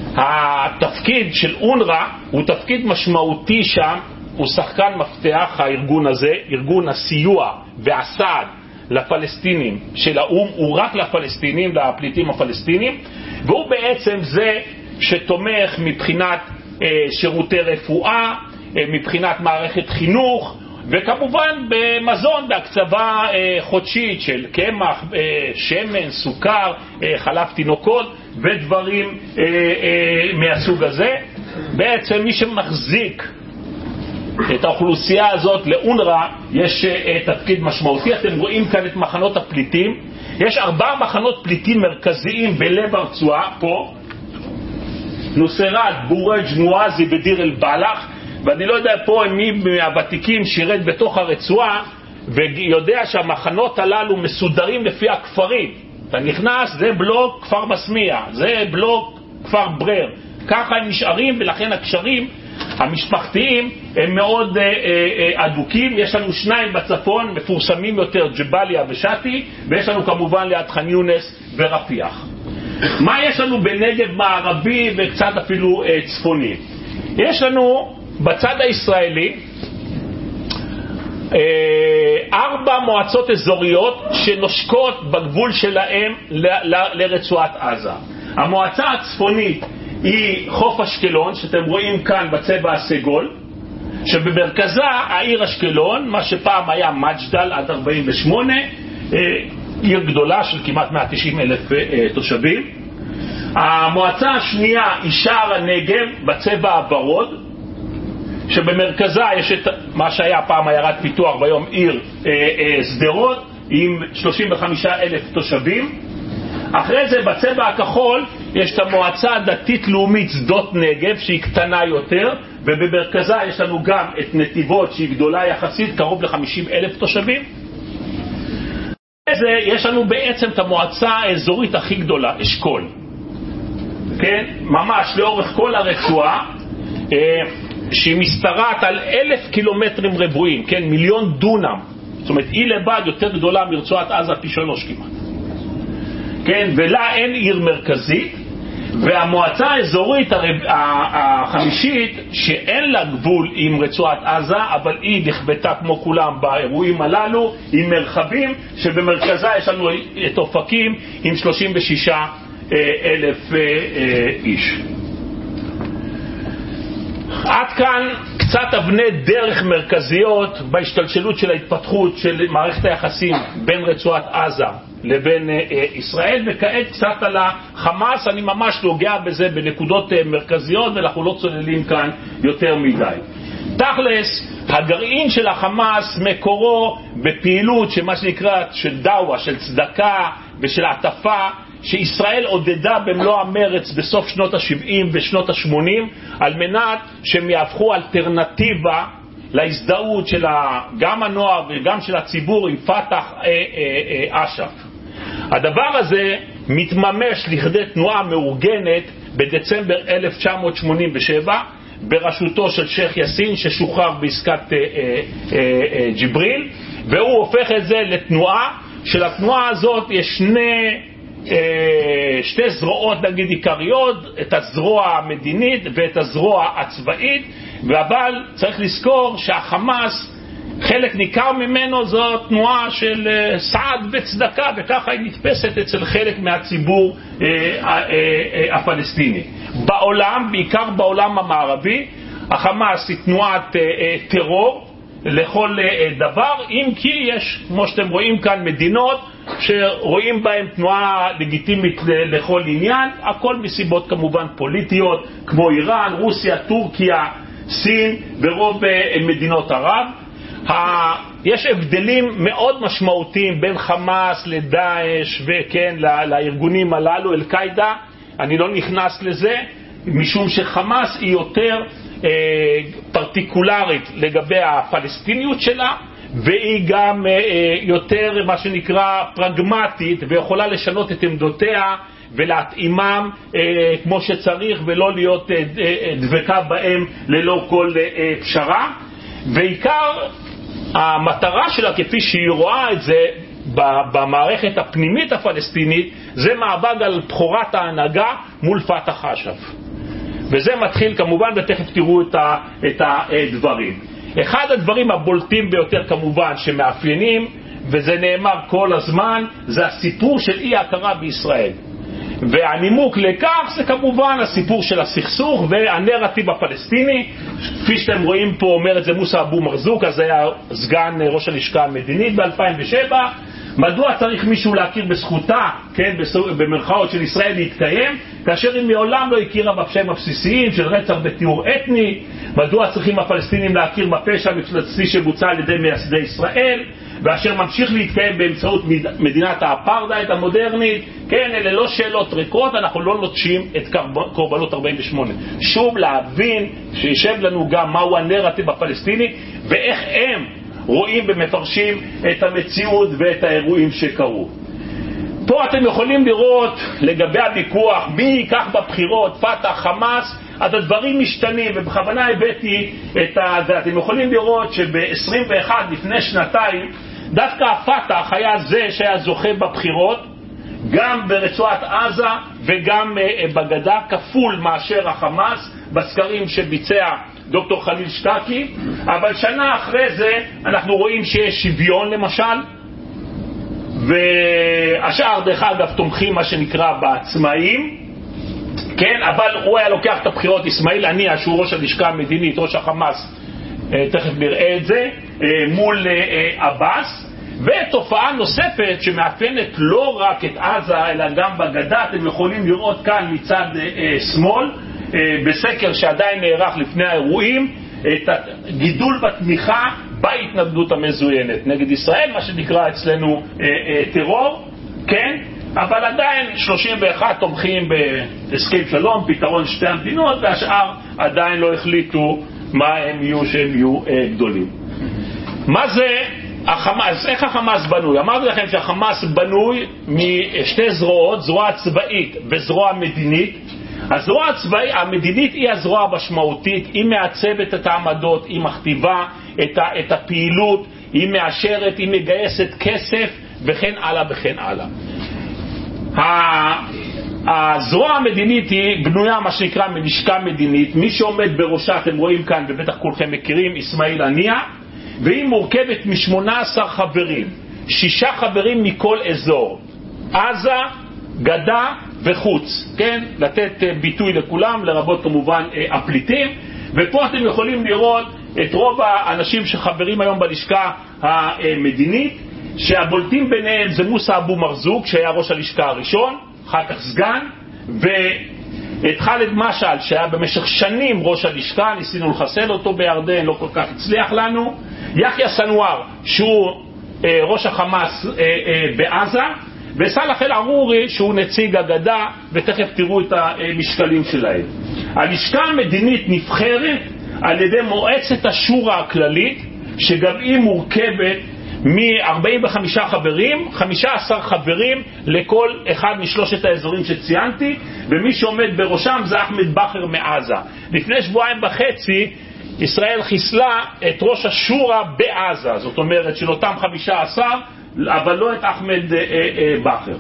התפקיד של אונר"א הוא תפקיד משמעותי שם, הוא שחקן מפתח הארגון הזה, ארגון הסיוע והסעד לפלסטינים של האום, הוא רק לפלסטינים, לפליטים הפלסטינים, והוא בעצם זה שתומך מבחינת אה, שירותי רפואה, אה, מבחינת מערכת חינוך, וכמובן במזון, בהקצבה אה, חודשית של קמח, אה, שמן, סוכר, אה, חלב תינוקות ודברים אה, אה, מהסוג הזה. בעצם מי שמחזיק את האוכלוסייה הזאת לאונר"א יש אה, תפקיד משמעותי. אתם רואים כאן את מחנות הפליטים. יש ארבעה מחנות פליטים מרכזיים בלב הרצועה פה, נוסרת, בורג', נועזי ודיר אל בלח, ואני לא יודע פה מי מהוותיקים שירת בתוך הרצועה ויודע שהמחנות הללו מסודרים לפי הכפרים. אתה נכנס, זה בלוק כפר מסמיע, זה בלוק כפר ברר, ככה הם נשארים, ולכן הקשרים המשפחתיים הם מאוד אדוקים. יש לנו שניים בצפון מפורסמים יותר, ג'באליה ושאטי, ויש לנו כמובן ליד ח'אן יונס ורפיח. מה יש לנו בנגב מערבי וקצת אפילו צפוני? יש לנו בצד הישראלי ארבע מועצות אזוריות שנושקות בגבול שלהם ל- ל- לרצועת עזה. המועצה הצפונית היא חוף אשקלון, שאתם רואים כאן בצבע הסגול, שבמרכזה העיר אשקלון, מה שפעם היה מג'דל עד ארבעים ושמונה, עיר גדולה של כמעט מאה ותשעים אלף תושבים. המועצה השנייה היא שער הנגב בצבע הוורוד, שבמרכזה יש את מה שהיה פעם עיירת פיתוח והיום עיר שדרות עם שלושים וחמישה אלף תושבים. אחרי זה בצבע הכחול יש את המועצה הדתית לאומית שדות נגב שהיא קטנה יותר, ובמרכזה יש לנו גם את נתיבות שהיא גדולה יחסית, קרוב ל-חמישים אלף תושבים. זה יש לנו בעצם את המועצה האזורית הכי גדולה, אשכול, כן? ממש לאורך כל הרצועה, שהיא משתרעת על אלף קילומטרים רבועים, כן? מיליון דונם. זאת אומרת, היא לבד יותר גדולה מרצועת עזה פי שלוש כמעט. כן? ולה אין עיר מרכזית, והמועצה האזורית החמישית, שאין לה גבול עם רצועת עזה, אבל היא נכבטה כמו כולם באירועים הללו, עם מרחבים שבמרכזה יש לנו את אופקים עם שלושים ושישה אלף איש. עד כאן קצת אבני דרך מרכזיות בהשתלשלות של ההתפתחות של מערכת היחסים בין רצועת עזה לבין ישראל, וכעת קצת על החמאס. אני ממש נוגע בזה בנקודות מרכזיות ואנחנו לא צוללים כאן יותר מדי. תכלס, הגרעין של החמאס מקורו בפעילות שמה שנקרא של דאווה, של צדקה ושל עטפה, שישראל עודדה במלוא המרץ בסוף שנות ה-שבעים ושנות ה-שמונים, על מנת שהם יהפכו אלטרנטיבה להזדהות של גם הנוער וגם של הציבור עם פתח אש"ף. הדבר הזה מתממש לכדי תנועה מאורגנת בדצמבר אלף תשע מאות שמונים ושבע, בראשותו של שייח יאסין ששוחרר בעסקת ג'יבריל, והוא הופך את זה לתנועה. של התנועה הזאת יש שני שתי זרועות נגיד עיקריות, את הזרוע המדינית ואת הזרוע הצבאית, אבל צריך לזכור שהחמאס, חלק ניכר ממנו זו תנועה של סעד וצדקה, וככה היא נתפסת אצל חלק מהציבור הפלסטיני. בעולם, בעיקר בעולם המערבי, החמאס היא תנועת טרור לכל דבר, אם כי יש, כמו שאתם רואים כאן, מדינות שרואים בהם תנועה לגיטימית לכל עניין, הכל מסיבות כמובן פוליטיות, כמו איראן, רוסיה, טורקיה, סין ורוב מדינות ערב. יש הבדלים מאוד משמעותיים בין חמאס לדאעש וכן לארגונים הללו, אל-קאידה. אני לא נכנס לזה, משום שחמאס היא יותר פרטיקולרית לגבי הפלסטיניות שלה, והיא גם יותר מה שנקרא פרגמטית, ויכולה לשנות את עמדותיה ולהתאימם כמו שצריך, ולא להיות דבקה בהם ללא כל פשרה. ועיקר המטרה שלה, כפי שהיא רואה את זה במערכת הפנימית הפלסטינית, זה מאבק על בחירת ההנהגה מול פתח אש"ף. וזה מתחיל כמובן, ותכף תראו את הדברים. אחד הדברים הבולטים ביותר כמובן שמאפיינים, וזה נאמר כל הזמן, זה הסיפור של אי ההכרה בישראל. והנימוק לכך זה כמובן הסיפור של הסכסוך והנרטיב הפלסטיני. כפי שאתם רואים פה, אומר את זה מוסא אבו מרזוק, אז היה סגן ראש הלשכה המדינית ב-אלפיים ושבע. מדוע צריך מישהו להכיר בזכותה, כן, במרכאות של ישראל להתקיים, כאשר היא מעולם לא הכירה בפשעים הבסיסיים של רצח וטיהור אתני? מדוע צריכים הפלסטינים להכיר בפשע המפלצתי שבוצע על ידי מייסדי ישראל, ואשר ממשיך להתקיים באמצעות מדינת האפרטהייד המודרנית? כן, אלה לא שאלות ריקות, אנחנו לא נוטשים את קורבנות ארבעים ושמונה. שוב להבין שישב לנו גם מהו הנרטיב הפלסטיני, ואיך הם רואים ומפרשים את המציאות ואת האירועים שקרו. פה אתם יכולים לראות לגבי הוויכוח מי ייקח בבחירות, פתח, חמאס, אז הדברים משתנים, ובכוונה הבאתי את זה. אתם יכולים לראות שב-עשרים ואחת לפני שנתיים דווקא הפתח היה זה שהיה זוכה בבחירות, גם ברצועת עזה וגם בגדה, כפול מאשר החמאס בסקרים שביצע דוקטור חליל שטקי. אבל שנה אחרי זה אנחנו רואים שיש שוויון למשל, והשאר דרך אגב תומכים מה שנקרא בעצמאים, כן, אבל הוא היה לוקח את הבחירות, אסמאעיל הנייה שהוא ראש הלשכה המדינית, ראש החמאס, תכף נראה את זה, מול עבאס. ותופעה נוספת שמאפיינת לא רק את עזה אלא גם בגדה, אתם יכולים לראות כאן מצד שמאל, בסקר שעדיין נערך לפני האירועים, את הגידול בתמיכה בהתנגדות המזוינת נגד ישראל, מה שנקרא אצלנו טרור, כן? אבל עדיין שלושים ואחת תומכים בהסכם שלום, פתרון שתי המדינות, והשאר עדיין לא החליטו מה הם יהיו שהם יהיו גדולים. מה זה החמאס? איך החמאס בנוי? אמרתי לכם שהחמאס בנוי משתי זרועות, זרוע צבאית וזרוע מדינית. הזרוע הצבאית, המדינית היא הזרוע המשמעותית, היא מעצבת את העמדות, היא מכתיבה את, ה, את הפעילות, היא מאשרת, היא מגייסת כסף וכן הלאה וכן הלאה. הזרוע המדינית היא בנויה מה שנקרא מלשכה מדינית. מי שעומד בראשה, אתם רואים כאן ובטח כולכם מכירים, אסמאעיל הנייה, והיא מורכבת מ-שמונה עשר חברים, שישה חברים מכל אזור, עזה, גדה וחוץ, כן? לתת ביטוי לכולם, לרבות כמובן הפליטים. ופה אתם יכולים לראות את רוב האנשים שחברים היום בלשכה המדינית, שהבולטים ביניהם זה מוסא אבו מרזוק שהיה ראש הלשכה הראשון, אחר כך סגן, ואת חאלד משעל שהיה במשך שנים ראש הלשכה, ניסינו לחסל אותו בירדן, לא כל כך הצליח לנו, יחיא סנואר שהוא אה, ראש החמאס אה, אה, בעזה, וסלאח אל-ערורי שהוא נציג הגדה, ותכף תראו את המשקלים שלהם. הלשכה המדינית נבחרת על ידי מועצת השורא הכללית, שגם היא מורכבת מ-ארבעים וחמישה חברים, חמישה עשר חברים לכל אחד משלושת האזורים שציינתי, ומי שעומד בראשם זה אחמד בכר מעזה. לפני שבועיים וחצי ישראל חיסלה את ראש השורא בעזה, זאת אומרת של אותם חמישה עשר, אבל לא את אחמד אה, אה, בכר.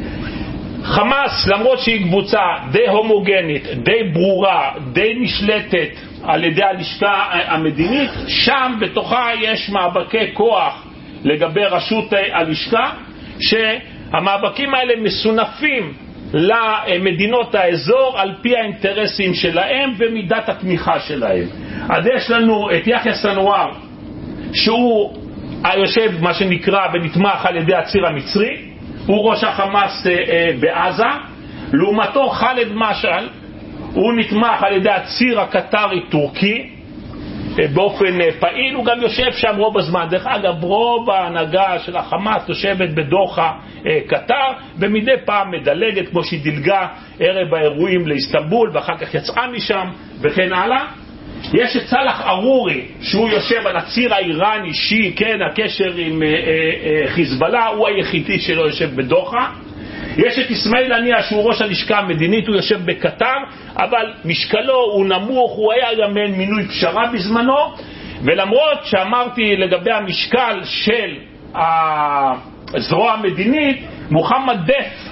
חמאס, למרות שהיא קבוצה די הומוגנית, די ברורה, די נשלטת על ידי הלשכה המדינית, שם בתוכה יש מאבקי כוח לגבי רשות הלשכה, שהמאבקים האלה מסונפים למדינות האזור על פי האינטרסים שלהם ומידת התמיכה שלהם. אז יש לנו את יחיא סנואר, שהוא היושב מה שנקרא ונתמך על ידי הציר המצרי, הוא ראש החמאס בעזה. לעומתו חאלד משעל, הוא נתמך על ידי הציר הקטרי-טורקי באופן פעיל, הוא גם יושב שם רוב הזמן. דרך אגב, רוב ההנהגה של החמאס יושבת בדוחה, קטר, ומדי פעם מדלגת כמו שהיא דילגה ערב האירועים לאיסטנבול ואחר כך יצאה משם וכן הלאה. יש את סלאח ערורי שהוא יושב על הציר האיראני שיעי, כן, הקשר עם אה, אה, חיזבאללה, הוא היחידי שלא יושב בדוחה. יש את אסמאעיל הנייה שהוא ראש הלשכה המדינית, הוא יושב בקטר, אבל משקלו הוא נמוך, הוא היה גם מינוי פשרה בזמנו. ולמרות שאמרתי לגבי המשקל של הזרוע המדינית, מוחמד דף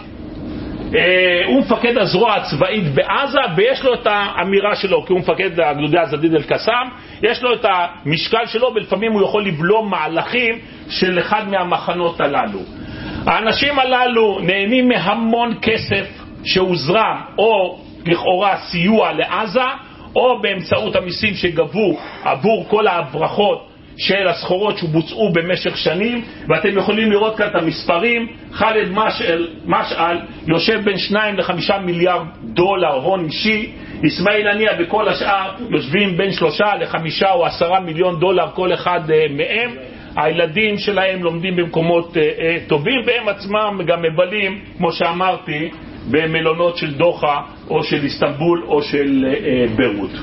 הוא מפקד הזרוע הצבאית בעזה, ויש לו את האמירה שלו, כי הוא מפקד הגדודי הזדיד אל-קסאם, יש לו את המשקל שלו, ולפעמים הוא יכול לבלום מהלכים של אחד מהמחנות הללו. האנשים הללו נהנים מהמון כסף שהוזרם, או לכאורה סיוע לעזה, או באמצעות המיסים שגבו עבור כל ההברחות של הסחורות שבוצעו במשך שנים, ואתם יכולים לראות כאן את המספרים. חאלד משעל, משעל יושב בין שניים לחמישה מיליארד דולר הון אישי, אסמאעיל הנייה וכל השאר יושבים בין שלושה לחמישה או עשרה מיליון דולר כל אחד מהם. הילדים שלהם לומדים במקומות טובים, והם עצמם גם מבלים, כמו שאמרתי, במלונות של דוחה או של איסטנבול או של ביירות.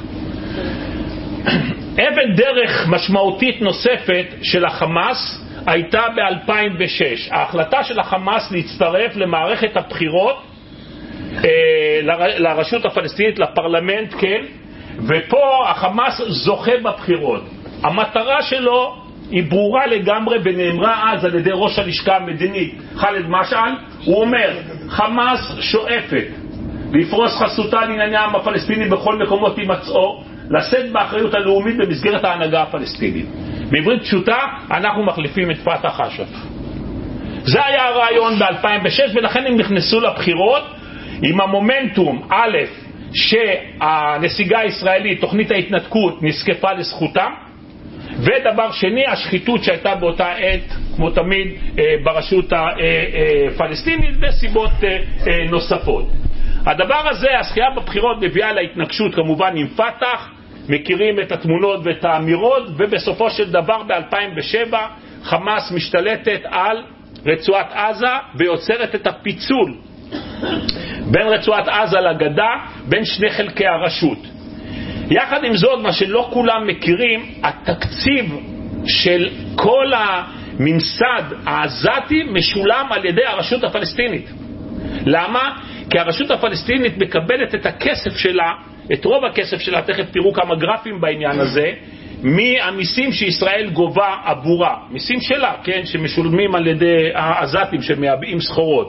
אבן דרך משמעותית נוספת של החמאס הייתה ב-אלפיים ושש. ההחלטה של החמאס להצטרף למערכת הבחירות אה, לרשות הפלסטינית, לפרלמנט, כן, ופה החמאס זוכה בבחירות. המטרה שלו היא ברורה לגמרי ונאמרה אז על ידי ראש הלשכה המדינית חאלד משעל. הוא אומר, חמאס שואפת לפרוס חסותה לענייני העם הפלסטיני בכל מקומות הימצאו, לשאת באחריות הלאומית במסגרת ההנהגה הפלסטינית. בעברית פשוטה, אנחנו מחליפים את פתח אש"ף. זה היה הרעיון ב-אלפיים ושש, ולכן הם נכנסו לבחירות עם המומנטום, א', שהנסיגה הישראלית, תוכנית ההתנתקות, נזקפה לזכותם, ודבר שני, השחיתות שהייתה באותה עת, כמו תמיד, ברשות הפלסטינית, וסיבות נוספות. הדבר הזה, הזכייה בבחירות מביאה להתנגשות כמובן עם פתח, מכירים את התמונות ואת האמירות, ובסופו של דבר ב-אלפיים ושבע חמאס משתלטת על רצועת עזה ויוצרת את הפיצול בין רצועת עזה לגדה, בין שני חלקי הרשות. יחד עם זאת, מה שלא כולם מכירים, התקציב של כל הממסד העזתי משולם על ידי הרשות הפלסטינית. למה? כי הרשות הפלסטינית מקבלת את הכסף שלה, את רוב הכסף שלה, תכף תראו כמה גרפים בעניין הזה, מהמיסים שישראל גובה עבורה, מיסים שלה, כן, שמשולמים על ידי העזתים שמייבאים סחורות.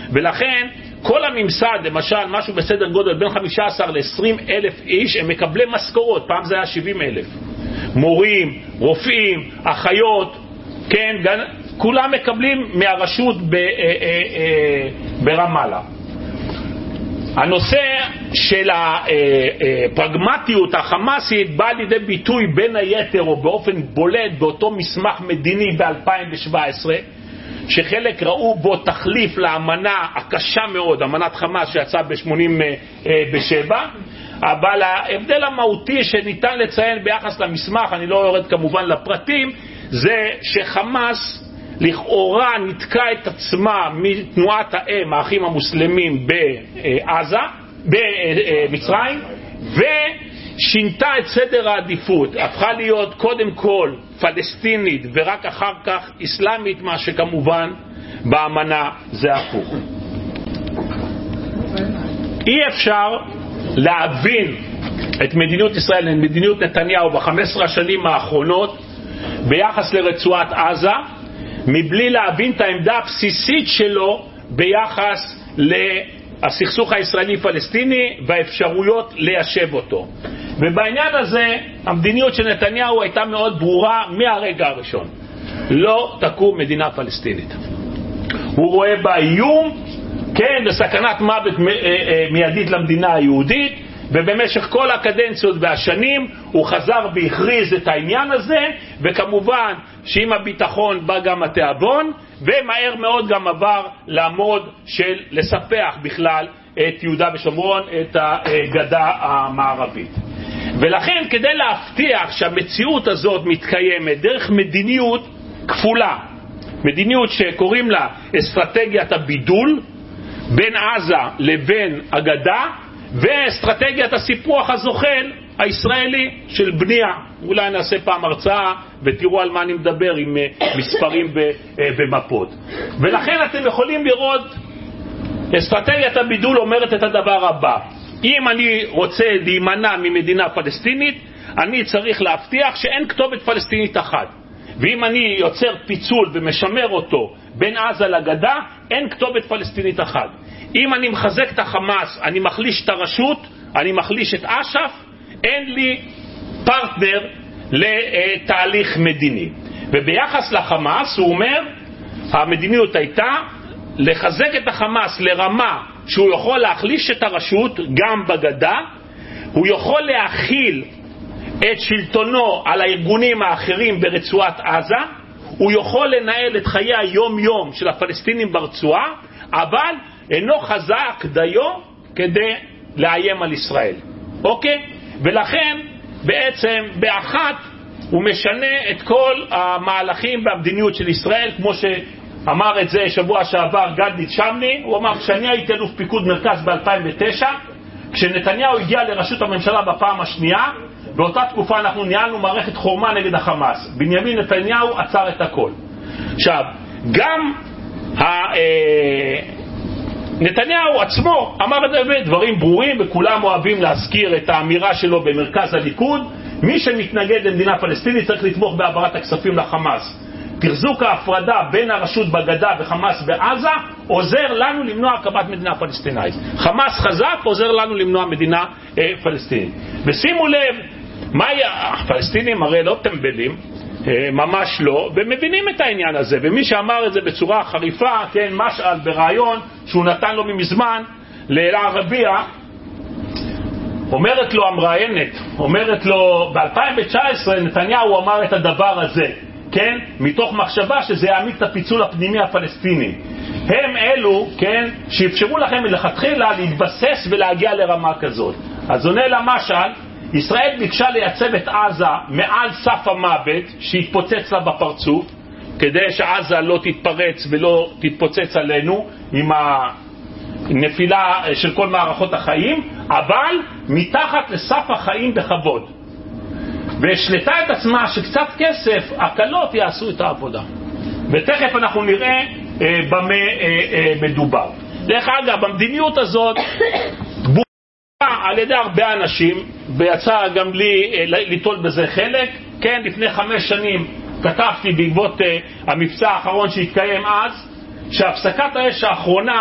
ולכן כל הממסד, למשל משהו בסדר גודל בין חמישה עשר לעשרים אלף איש, הם מקבלי משכורות, פעם זה היה שבעים אלף, מורים, רופאים, אחיות, כן, כולם מקבלים מהרשות ב, אה, אה, אה, ברמאללה. הנושא של הפרגמטיות החמאסית בא לידי ביטוי בין היתר או באופן בולט באותו מסמך מדיני ב-אלפיים שבע עשרה, שחלק ראו בו תחליף לאמנה הקשה מאוד, אמנת חמאס שיצאה ב-שמונים ושבע, אבל ההבדל המהותי שניתן לציין ביחס למסמך, אני לא יורד כמובן לפרטים, זה שחמאס לכאורה נתקע את עצמה מתנועת האם, האחים המוסלמים בעזה, במצרים, ושינתה את סדר העדיפות, הפכה להיות קודם כל פלסטינית ורק אחר כך אסלאמית, מה שכמובן באמנה זה הפוך. אי אפשר להבין את מדיניות ישראל, את מדיניות נתניהו ב-חמש עשרה השנים האחרונות ביחס לרצועת עזה, מבלי להבין את העמדה הבסיסית שלו ביחס לסכסוך הישראלי-פלסטיני והאפשרויות ליישב אותו. ובעניין הזה המדיניות של נתניהו הייתה מאוד ברורה מהרגע הראשון. לא תקום מדינה פלסטינית. הוא רואה בה איום, כן, בסכנת מוות מיידית למדינה היהודית, ובמשך כל הקדנציות והשנים הוא חזר והכריז את העניין הזה, וכמובן שעם הביטחון בא גם התיאבון, ומהר מאוד גם עבר לעמוד של לספח בכלל את יהודה ושומרון, את הגדה המערבית. ולכן כדי להבטיח שהמציאות הזאת מתקיימת דרך מדיניות כפולה, מדיניות שקוראים לה אסטרטגיית הבידול בין עזה לבין הגדה, ואסטרטגיית הסיפוח הזוחל הישראלי של בנייה. אולי נעשה פעם הרצאה ותראו על מה אני מדבר עם מספרים ומפות. ולכן אתם יכולים לראות, אסטרטגיית הבידול אומרת את הדבר הבא: אם אני רוצה להימנע ממדינה פלסטינית, אני צריך להבטיח שאין כתובת פלסטינית אחת. ואם אני יוצר פיצול ומשמר אותו בין עזה לגדה, אין כתובת פלסטינית אחת. אם אני מחזק את החמאס, אני מחליש את הרשות, אני מחליש את אש"ף, אין לי פרטנר לתהליך מדיני. וביחס לחמאס הוא אומר, המדיניות הייתה לחזק את החמאס לרמה שהוא יכול להחליש את הרשות גם בגדה, הוא יכול להכיל את שלטונו על הארגונים האחרים ברצועת עזה, הוא יכול לנהל את חיי היום יום של הפלסטינים ברצועה, אבל אינו חזק דיו כדי לאיים על ישראל. אוקיי? ולכן בעצם באחת הוא משנה את כל המהלכים והמדיניות של ישראל, כמו שאמר את זה שבוע שעבר גדי צ'מני. הוא אמר, כשאני הייתי אלוף פיקוד מרכז ב-אלפיים ותשע, כשנתניהו הגיע לראשות הממשלה בפעם השנייה, באותה תקופה אנחנו ניהלנו מערכת חורמה נגד החמאס. בנימין נתניהו עצר את הכל. עכשיו, גם ה... נתניהו עצמו אמר את זה דברים ברורים, וכולם אוהבים להזכיר את האמירה שלו במרכז הליכוד: מי שמתנגד למדינה פלסטינית צריך לתמוך בהעברת הכספים לחמאס. תחזוק ההפרדה בין הרשות בגדה וחמאס בעזה עוזר לנו למנוע הקמת מדינה פלסטינאית. חמאס חזק עוזר לנו למנוע מדינה אה, פלסטינית. ושימו לב, מה הפלסטינים הרי לא טמבלים, אה, ממש לא, ומבינים את העניין הזה. ומי שאמר את זה בצורה חריפה, כן, משעל ברעיון שהוא נתן לו ממזמן לאלה רביע, אומרת לו המראיינת, אומרת לו ב-אלפיים תשע עשרה נתניהו אמר את הדבר הזה, כן, מתוך מחשבה שזה יעמיד את הפיצול הפנימי הפלסטיני. הם אלו, כן, שאפשרו לכם מלכתחילה להתבסס ולהגיע לרמה כזאת. אז עונה למשל, ישראל ביקשה לייצב את עזה מעל סף המוות שהתפוצץ לה בפרצוף, כדי שעזה לא תתפרץ ולא תתפוצץ עלינו עם הנפילה של כל מערכות החיים, אבל מתחת לסף החיים בכבוד. והשלטה את עצמה שקצת כסף, הקלות יעשו את העבודה. ותכף אנחנו נראה אה, במה אה, אה, מדובר. דרך אגב, המדיניות הזאת בוצעה על ידי הרבה אנשים, ויצא גם לי אה, ליטול בזה חלק. כן, לפני חמש שנים כתבתי בעקבות אה, המבצע האחרון שהתקיים אז, שהפסקת האש האחרונה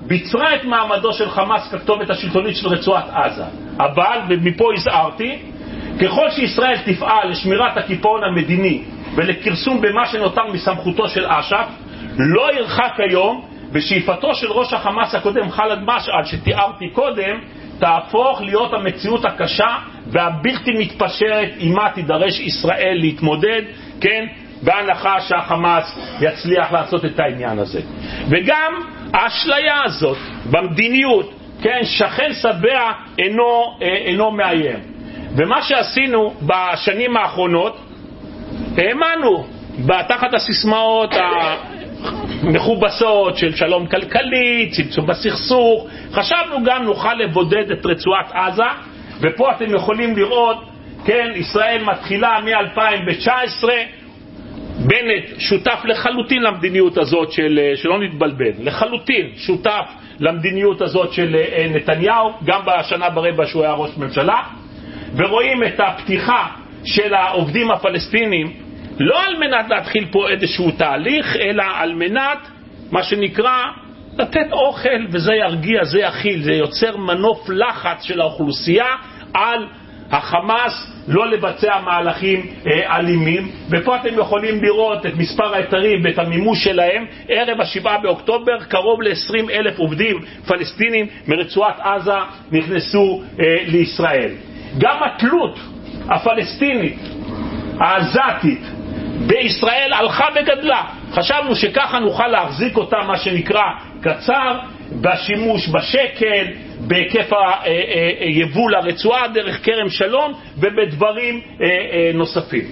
ביצרה את מעמדו של חמאס ככתובת השלטונית של רצועת עזה. אבל, ומפה הזהרתי, ככל שישראל תפעל לשמירת הקיפאון המדיני ולכרסום במה שנותר מסמכותו של אש"ף, לא ירחק היום ושאיפתו של ראש החמאס הקודם ח'אלד משעל שתיארתי קודם תהפוך להיות המציאות הקשה והבלתי מתפשרת עימה תידרש ישראל להתמודד, כן, בהנחה שהחמאס יצליח לעשות את העניין הזה. וגם האשליה הזאת במדיניות, כן, שכן שבע אינו, אינו מאיים. ומה שעשינו בשנים האחרונות, האמנו תחת הסיסמאות המכובסות של שלום כלכלי, צמצום בסכסוך, חשבנו גם נוכל לבודד את רצועת עזה, ופה אתם יכולים לראות, כן, ישראל מתחילה מ-אלפיים תשע עשרה, בנט שותף לחלוטין למדיניות הזאת של, שלא נתבלבל, לחלוטין שותף למדיניות הזאת של נתניהו, גם בשנה ברבע שהוא היה ראש ממשלה, ורואים את הפתיחה של העובדים הפלסטינים, לא על מנת להתחיל פה איזשהו תהליך, אלא על מנת, מה שנקרא, לתת אוכל, וזה ירגיע, זה יכיל, זה יוצר מנוף לחץ של האוכלוסייה על החמאס לא לבצע מהלכים אה, אלימים. ופה אתם יכולים לראות את מספר היתרים ואת המימוש שלהם. ערב השבעה באוקטובר קרוב ל-עשרים אלף עובדים פלסטינים מרצועת עזה נכנסו אה, לישראל. גם התלות הפלסטינית העזתית בישראל הלכה וגדלה. חשבנו שככה נוכל להחזיק אותה, מה שנקרא קצר, בשימוש בשקל, בהיקף היבוא לרצועה דרך כרם שלום ובדברים נוספים.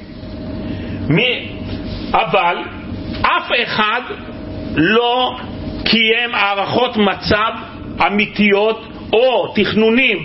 אבל אף אחד לא קיים הערכות מצב אמיתיות או תכנונים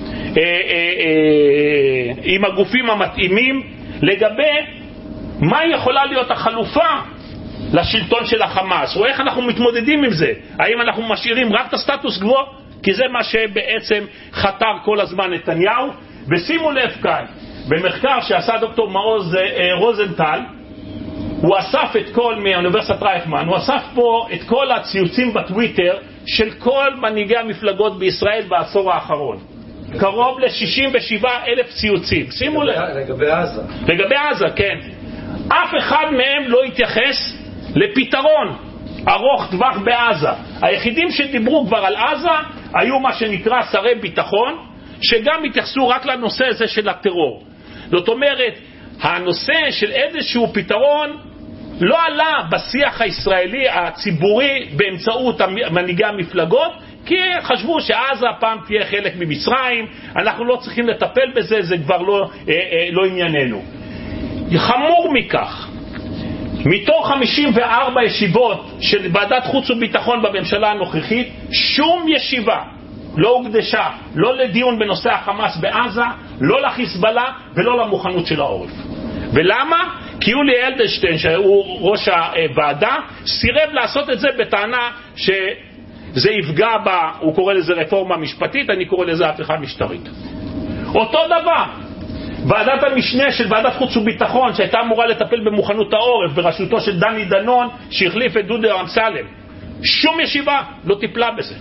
עם הגופים המתאימים לגבי מה יכולה להיות החלופה לשלטון של החמאס, או איך אנחנו מתמודדים עם זה. האם אנחנו משאירים רק את הסטטוס קוו, כי זה מה שבעצם חתר כל הזמן נתניהו. ושימו לב כאן, במחקר שעשה דוקטור מעוז רוזנטל, הוא אסף את כל, מאוניברסיטת רייכמן, הוא אסף פה את כל הציוצים בטוויטר של כל מנהיגי המפלגות בישראל בעשור האחרון. קרוב ל-שישים ושבעה אלף ציוצים. שימו לב. לגבי עזה. לגבי עזה, כן. אף אחד מהם לא התייחס לפתרון ארוך טווח בעזה. היחידים שדיברו כבר על עזה היו מה שנקרא שרי ביטחון, שגם התייחסו רק לנושא הזה של הטרור. זאת אומרת, הנושא של איזשהו פתרון לא עלה בשיח הישראלי הציבורי באמצעות מנהיגי המפלגות, כי חשבו שעזה פעם תהיה חלק ממצרים, אנחנו לא צריכים לטפל בזה, זה כבר לא, אה, אה, לא ענייננו. חמור מכך, מתוך חמישים וארבע ישיבות של ועדת חוץ וביטחון בממשלה הנוכחית, שום ישיבה לא הוקדשה, לא לדיון בנושא החמאס בעזה, לא לחיזבאללה ולא למוכנות של העורף. ולמה? כי יולי אדלשטיין, שהוא ראש הוועדה, סירב לעשות את זה בטענה שזה יפגע בה, הוא קורא לזה רפורמה משפטית, אני קורא לזה הפיכה משטרית. אותו דבר, ועדת המשנה של ועדת חוץ וביטחון, שהייתה אמורה לטפל במוכנות העורף, בראשותו של דני דנון, שהחליף את דודי אמסלם, שום ישיבה לא טיפלה בזה.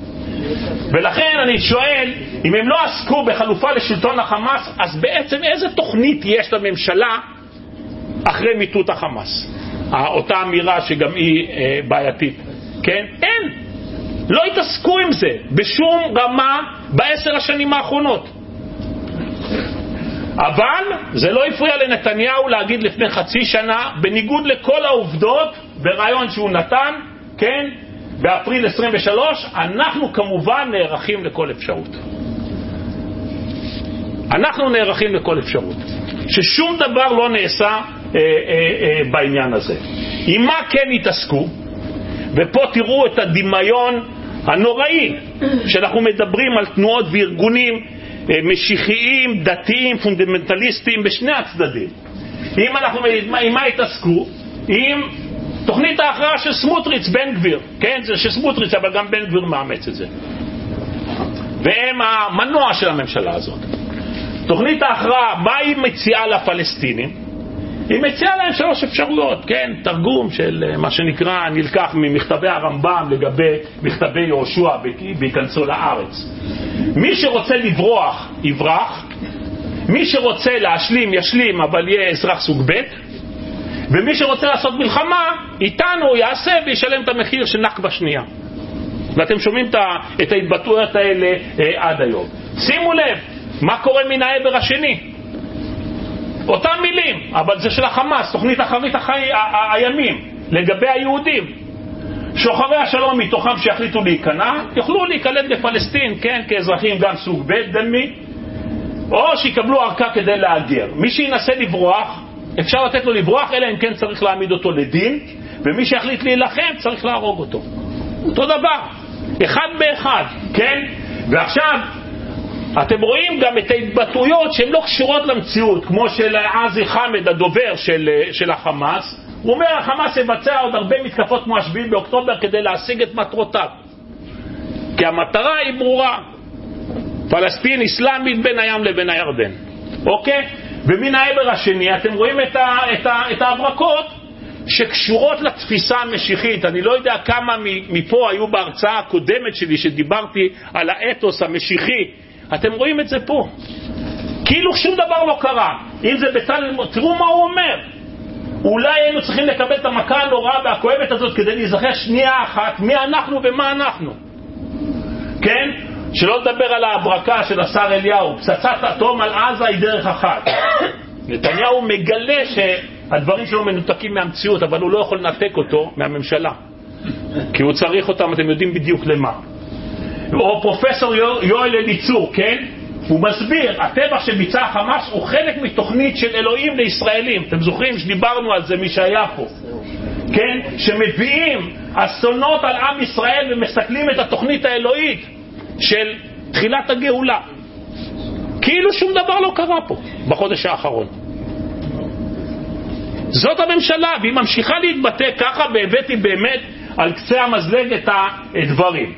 ולכן אני שואל, אם הם לא עסקו בחלופה לשלטון החמאס, אז בעצם איזה תוכנית יש לממשלה אחרי מיטוט החמאס? אותה אמירה שגם היא אה, בעייתית, כן? אין, לא התעסקו עם זה בשום רמה בעשר השנים האחרונות. אבל זה לא הפריע לנתניהו להגיד לפני חצי שנה, בניגוד לכל העובדות ברעיון שהוא נתן, כן, באפריל עשרים ושלוש, אנחנו כמובן נערכים לכל אפשרות. אנחנו נערכים לכל אפשרות. ששום דבר לא נעשה אה, אה, אה, בעניין הזה. עם מה כן התעסקו? ופה תראו את הדמיון הנוראי, שאנחנו מדברים על תנועות וארגונים משיחיים, דתיים, פונדמנטליסטיים בשני הצדדים. אם אנחנו, עם מה התעסקו? עם תוכנית ההכרעה של סמוטריץ, בן גביר, כן? זה של סמוטריץ, אבל גם בן גביר מאמץ את זה. והם המנוע של הממשלה הזאת. תוכנית ההכרעה, מה היא מציעה לפלסטינים? היא מציעה להם שלוש אפשרויות, כן? תרגום של מה שנקרא, נלקח ממכתבי הרמב"ם לגבי מכתבי יהושע בהיכנסו לארץ. מי שרוצה לברוח, יברח. מי שרוצה להשלים, ישלים, אבל יהיה אזרח סוג ב'. ומי שרוצה לעשות מלחמה, איתנו יעשה וישלם את המחיר של נכבה שנייה. ואתם שומעים את ההתבטאויות האלה אה, עד היום. שימו לב, מה קורה מן העבר השני? אותם מילים, אבל זה של החמאס, תוכנית אחרית החי... ה- הימים, לגבי היהודים. שוחרי השלום מתוכם שיחליטו להיכנע, יוכלו להיקלט בפלסטין, כן, כאזרחים גם סוג ב' דמי, או שיקבלו ערכה כדי להגר. מי שינסה לברוח, אפשר לתת לו לברוח, אלא אם כן צריך להעמיד אותו לדין, ומי שיחליט להילחם צריך להרוג אותו. אותו דבר, אחד באחד, כן? ועכשיו, אתם רואים גם את ההתבטאויות שהן לא קשורות למציאות, כמו של עזי חמד, הדובר של, של החמאס. הוא אומר, החמאס יבצע עוד הרבה מתקפות כמו השביעי באוקטובר כדי להשיג את מטרותיו. כי המטרה היא ברורה. פלסטין אסלאמית בין הים לבין הירדן. אוקיי? ומן העבר השני אתם רואים את, ה, את, ה, את ההברקות שקשורות לתפיסה המשיחית. אני לא יודע כמה מפה היו בהרצאה הקודמת שלי שדיברתי על האתוס המשיחי. אתם רואים את זה פה. כאילו שום דבר לא קרה. אם זה בצלאל, תראו מה הוא אומר. אולי היינו צריכים לקבל את המכה הנוראה והכואבת הזאת כדי להיזכר שנייה אחת מי אנחנו ומה אנחנו. כן? שלא לדבר על ההברקה של השר אליהו. פצצת אטום על עזה היא דרך אחת. נתניהו מגלה שהדברים שלו מנותקים מהמציאות, אבל הוא לא יכול לנתק אותו מהממשלה. כי הוא צריך אותם, אתם יודעים בדיוק למה. או פרופסור יואל אליצור, כן? הוא מסביר, הטבח שביצע החמאס הוא חלק מתוכנית של אלוהים לישראלים. אתם זוכרים שדיברנו על זה מי שהיה פה. כן? שמביאים אסונות על עם ישראל ומסתכלים את התוכנית האלוהית של תחילת הגאולה. כאילו שום דבר לא קרה פה בחודש האחרון. זאת הממשלה, והיא ממשיכה להתבטא ככה, והבאתי באמת על קצה המזלג את הדברים.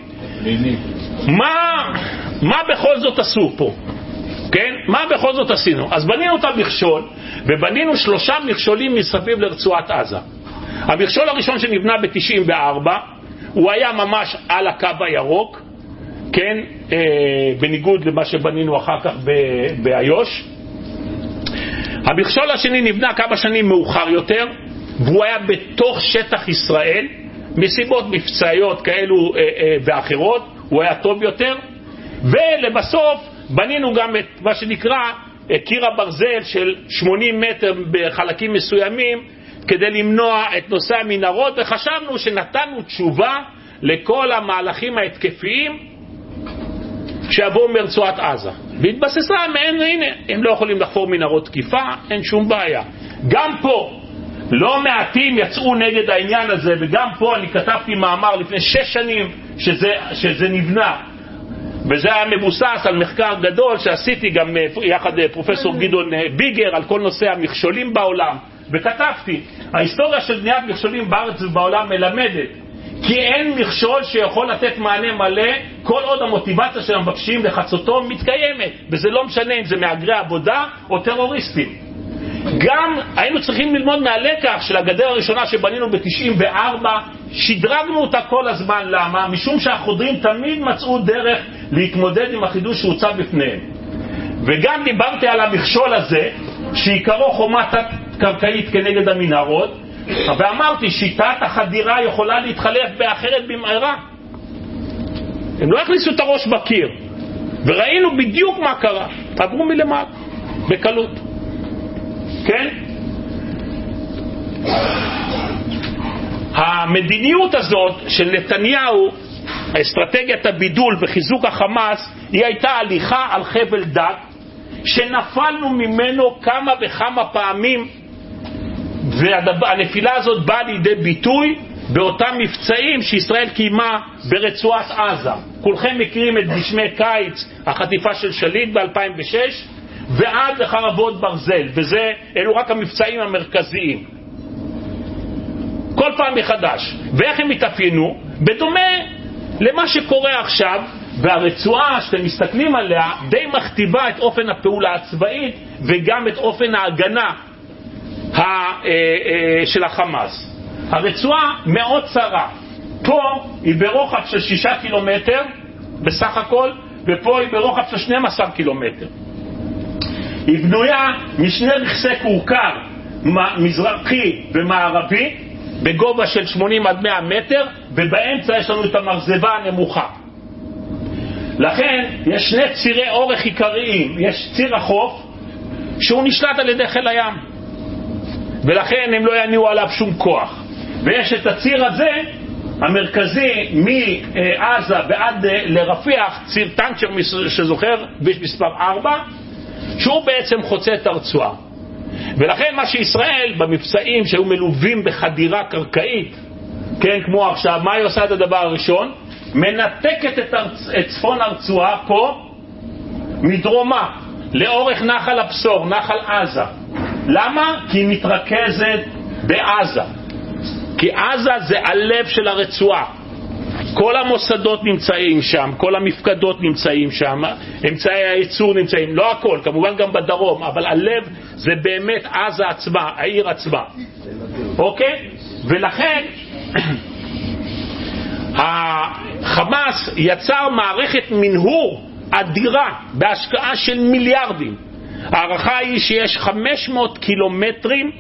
מה, מה בכל זאת עשו פה? כן? מה בכל זאת עשינו? אז בנינו את המכשול, ובנינו שלושה מכשולים מסביב לרצועת עזה. המכשול הראשון שנבנה ב-תשעים וארבע, הוא היה ממש על הקו הירוק, כן? אה, בניגוד למה שבנינו אחר כך באיו"ש. המכשול השני נבנה כמה שנים מאוחר יותר, והוא היה בתוך שטח ישראל, מסיבות מבצעיות כאלו אה, אה, ואחרות, הוא היה טוב יותר. ולבסוף בנינו גם את מה שנקרא קיר הברזל של שמונים מטר בחלקים מסוימים, כדי למנוע את נושא המנהרות, וחשבנו שנתנו תשובה לכל המהלכים ההתקפיים שיבואו מרצועת עזה. והתבססה מעין, הנה, הם לא יכולים לחפור מנהרות תקיפה, אין שום בעיה. גם פה, לא מעטים יצאו נגד העניין הזה, וגם פה אני כתבתי מאמר לפני שש שנים שזה, שזה נבנה. וזה היה מבוסס על מחקר גדול שעשיתי גם יחד פרופסור גדעון ביגר על כל נושא המכשולים בעולם. וכתבתי, ההיסטוריה של בניית מכשולים בארץ ובעולם מלמדת כי אין מכשול שיכול לתת מענה מלא כל עוד המוטיבציה של המבקשים לחצותו מתקיימת, וזה לא משנה אם זה מהגרי עבודה או טרוריסטים. גם היינו צריכים ללמוד מהלקח של הגדר הראשונה שבנינו ב-תשעים וארבע, שדרגנו אותה כל הזמן. למה? משום שהחודרים תמיד מצאו דרך להתמודד עם החידוש שהוצב בפניהם. וגם דיברתי על המכשול הזה שעיקרו חומה תת-קרקעית כנגד המנהרות, ואמרתי שיטת החדירה יכולה להתחלף באחרת במהרה. הם לא הכניסו את הראש בקיר, וראינו בדיוק מה קרה. עברו מלמעלה בקלות. כן? המדיניות הזאת של נתניהו, האסטרטגיית הבידול וחיזוק החמאס, היא הייתה הליכה על חבל דק שנפלנו ממנו כמה וכמה פעמים, והנפילה הזאת באה לידי ביטוי באותם מבצעים שישראל קיימה ברצועת עזה. כולכם מכירים את גשמי קיץ, החטיפה של שליט ב-אלפיים ושש, ועד לחרבות ברזל, וזה, אלו רק המבצעים המרכזיים. כל פעם מחדש. ואיך הם מתאפיינו? בדומה למה שקורה עכשיו, והרצועה שאתם מסתכלים עליה די מכתיבה את אופן הפעולה הצבאית וגם את אופן ההגנה של החמאס. הרצועה מאוד צרה, פה היא ברוחב של שישה קילומטר בסך הכל, ופה היא ברוחב של שנים עשר קילומטר. היא בנויה משני רכסי כורכר, מזרחי ומערבי, בגובה של שמונים עד מאה מטר, ובאמצע יש לנו את המרזבה הנמוכה. לכן יש שני צירי אורך עיקריים. יש ציר החוף שהוא נשלט על ידי חיל הים, ולכן הם לא יניעו עליו שום כוח. ויש את הציר הזה המרכזי מעזה ועד לרפיח, ציר טנצ'ר שזוכר מספר ארבע, שהוא בעצם חוצה את הרצועה. ולכן מה שישראל במבצעים שהיו מלווים בחדירה קרקעית, כן, כמו עכשיו, מה היא עושה את הדבר הראשון? מנתקת את, הרצ... את צפון הרצועה פה מדרומה לאורך נחל הבשור, נחל עזה. למה? כי היא מתרכזת בעזה, כי עזה זה הלב של הרצועה. כל המוסדות נמצאים שם, כל המפקדות נמצאים שם, אמצעי הייצור נמצאים, לא הכל, כמובן גם בדרום, אבל הלב זה באמת עזה עצמה, העיר עצמה. אוקיי? ולכן החמאס יצר מערכת מנהור אדירה בהשקעה של מיליארדים. הערכה היא שיש חמש מאות קילומטרים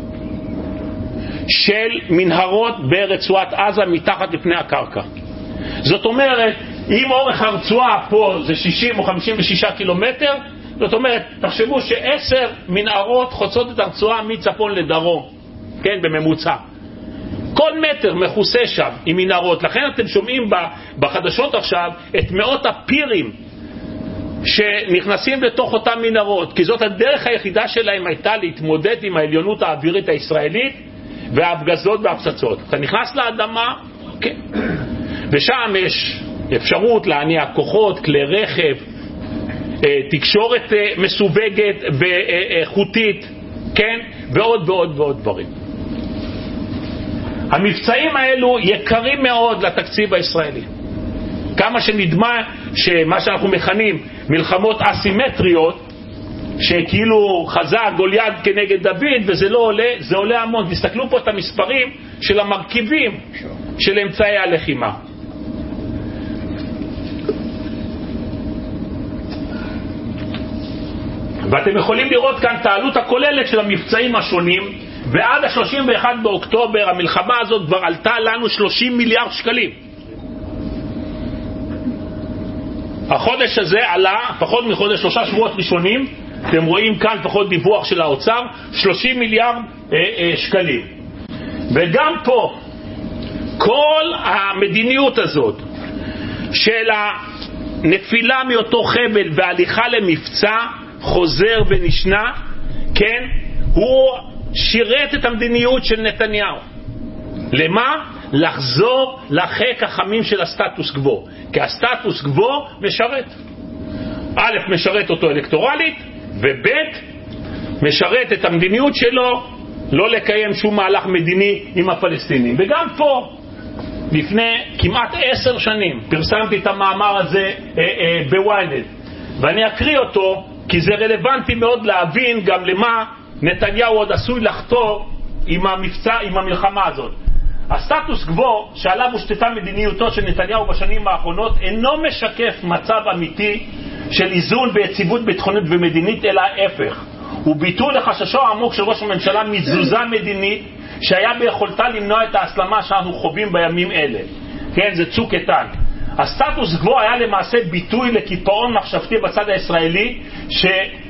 של מנהרות ברצועת עזה מתחת לפני הקרקע. זאת אומרת, אם אורך הרצועה פה זה שישים או חמישים ושישה קילומטר, זאת אומרת, תחשבו שעשר מנהרות חוצות את הרצועה מצפון לדרום, כן, בממוצע. כל מטר מכוסה שם עם מנהרות. לכן אתם שומעים בחדשות עכשיו את מאות הפירים שנכנסים לתוך אותם מנהרות, כי זאת הדרך היחידה שלהם הייתה להתמודד עם העליונות האווירית הישראלית וההפגזות והפצצות. אתה נכנס לאדמה, כן, ושם יש אפשרות להניע כוחות, כלי רכב, תקשורת מסווגת ואיכותית, כן, ועוד ועוד ועוד דברים. המבצעים האלו יקרים מאוד לתקציב הישראלי. כמה שנדמה שמה שאנחנו מכנים מלחמות אסימטריות, שכאילו חזק גוליית כנגד דוד וזה לא עולה, זה עולה המון. תסתכלו פה את המספרים של המרכיבים של אמצעי הלחימה. ואתם יכולים לראות כאן את העלות הכוללת של המבצעים השונים, ועד ה-שלושים ואחד באוקטובר המלחמה הזאת כבר עלתה לנו שלושים מיליארד שקלים. החודש הזה עלה פחות מחודש, שלושה שבועות ראשונים, אתם רואים כאן פחות דיווח של האוצר, שלושים מיליארד אה, אה, שקלים. וגם פה כל המדיניות הזאת של הנפילה מאותו חבל והליכה למבצע חוזר ונשנה, כן, הוא שירת את המדיניות של נתניהו. למה? לחזור לחיק החמים של הסטטוס קוו. כי הסטטוס קוו משרת. א', משרת אותו אלקטורלית, וב', משרת את המדיניות שלו לא לקיים שום מהלך מדיני עם הפלסטינים. וגם פה, לפני כמעט עשר שנים, פרסמתי את המאמר הזה אה, אה, בוויינט, ואני אקריא אותו כי זה רלוונטי מאוד להבין גם למה נתניהו עוד עשוי לחתור עם המבצע, עם המלחמה הזאת. הסטטוס קוו שעליו הושתתה מדיניותו של נתניהו בשנים האחרונות אינו משקף מצב אמיתי של איזון ביציבות ביטחונית ומדינית, אלא ההפך. הוא ביטוי לחששו העמוק של ראש הממשלה מתזוזה מדינית שהיה ביכולתה למנוע את ההסלמה שאנחנו חווים בימים אלה. כן, זה צוק איתן. הסטטוס קוו היה למעשה ביטוי לקיפאון מחשבתי בצד הישראלי ש...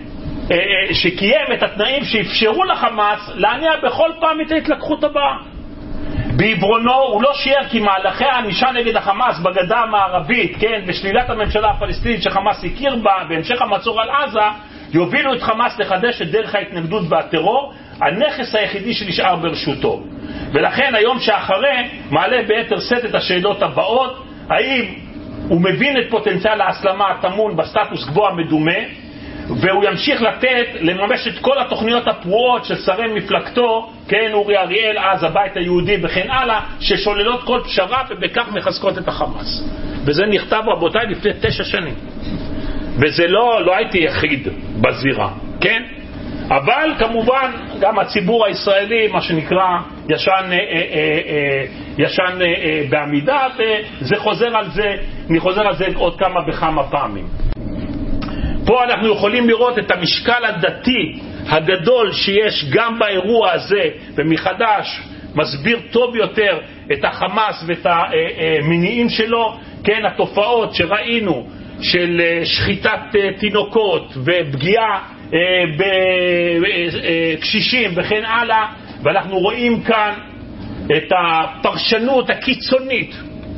שקיים את התנאים שאפשרו לחמאס להניע בכל פעם את ההתלקחות הבאה. בעברונו הוא לא שיער כי מהלכי הענישה נגד החמאס בגדה המערבית, כן, ושלילת הממשלה הפלסטינית שחמאס הכיר בה בהמשך המצור על עזה, יובילו את חמאס לחדש את דרך ההתנגדות והטרור, הנכס היחידי שנשאר ברשותו. ולכן היום שאחרי מעלה ביתר שאת את השאלות הבאות: האם הוא מבין את פוטנציאל ההסלמה הטמון בסטטוס קוו המדומה, והוא ימשיך לתת, לממש את כל התוכניות הפרועות של שרי מפלגתו, כן, אורי אריאל, אז הבית היהודי וכן הלאה, ששוללות כל פשרה ובכך מחזקות את החמאס. וזה נכתב רבותיי לפני תשע שנים. וזה לא, לא הייתי יחיד בזירה, כן? אבל כמובן גם הציבור הישראלי, מה שנקרא, ישן, אה, אה, אה, ישן אה, בעמידה, וזה חוזר על זה, אני חוזר על זה עוד כמה וכמה פעמים. פה אנחנו יכולים לראות את המשקל הדתי הגדול שיש גם באירוע הזה, ומחדש מסביר טוב יותר את החמאס ואת המניעים שלו, כן, התופעות שראינו של שחיטת תינוקות ופגיעה בקשישים וכן הלאה, ואנחנו רואים כאן את הפרשנות הקיצונית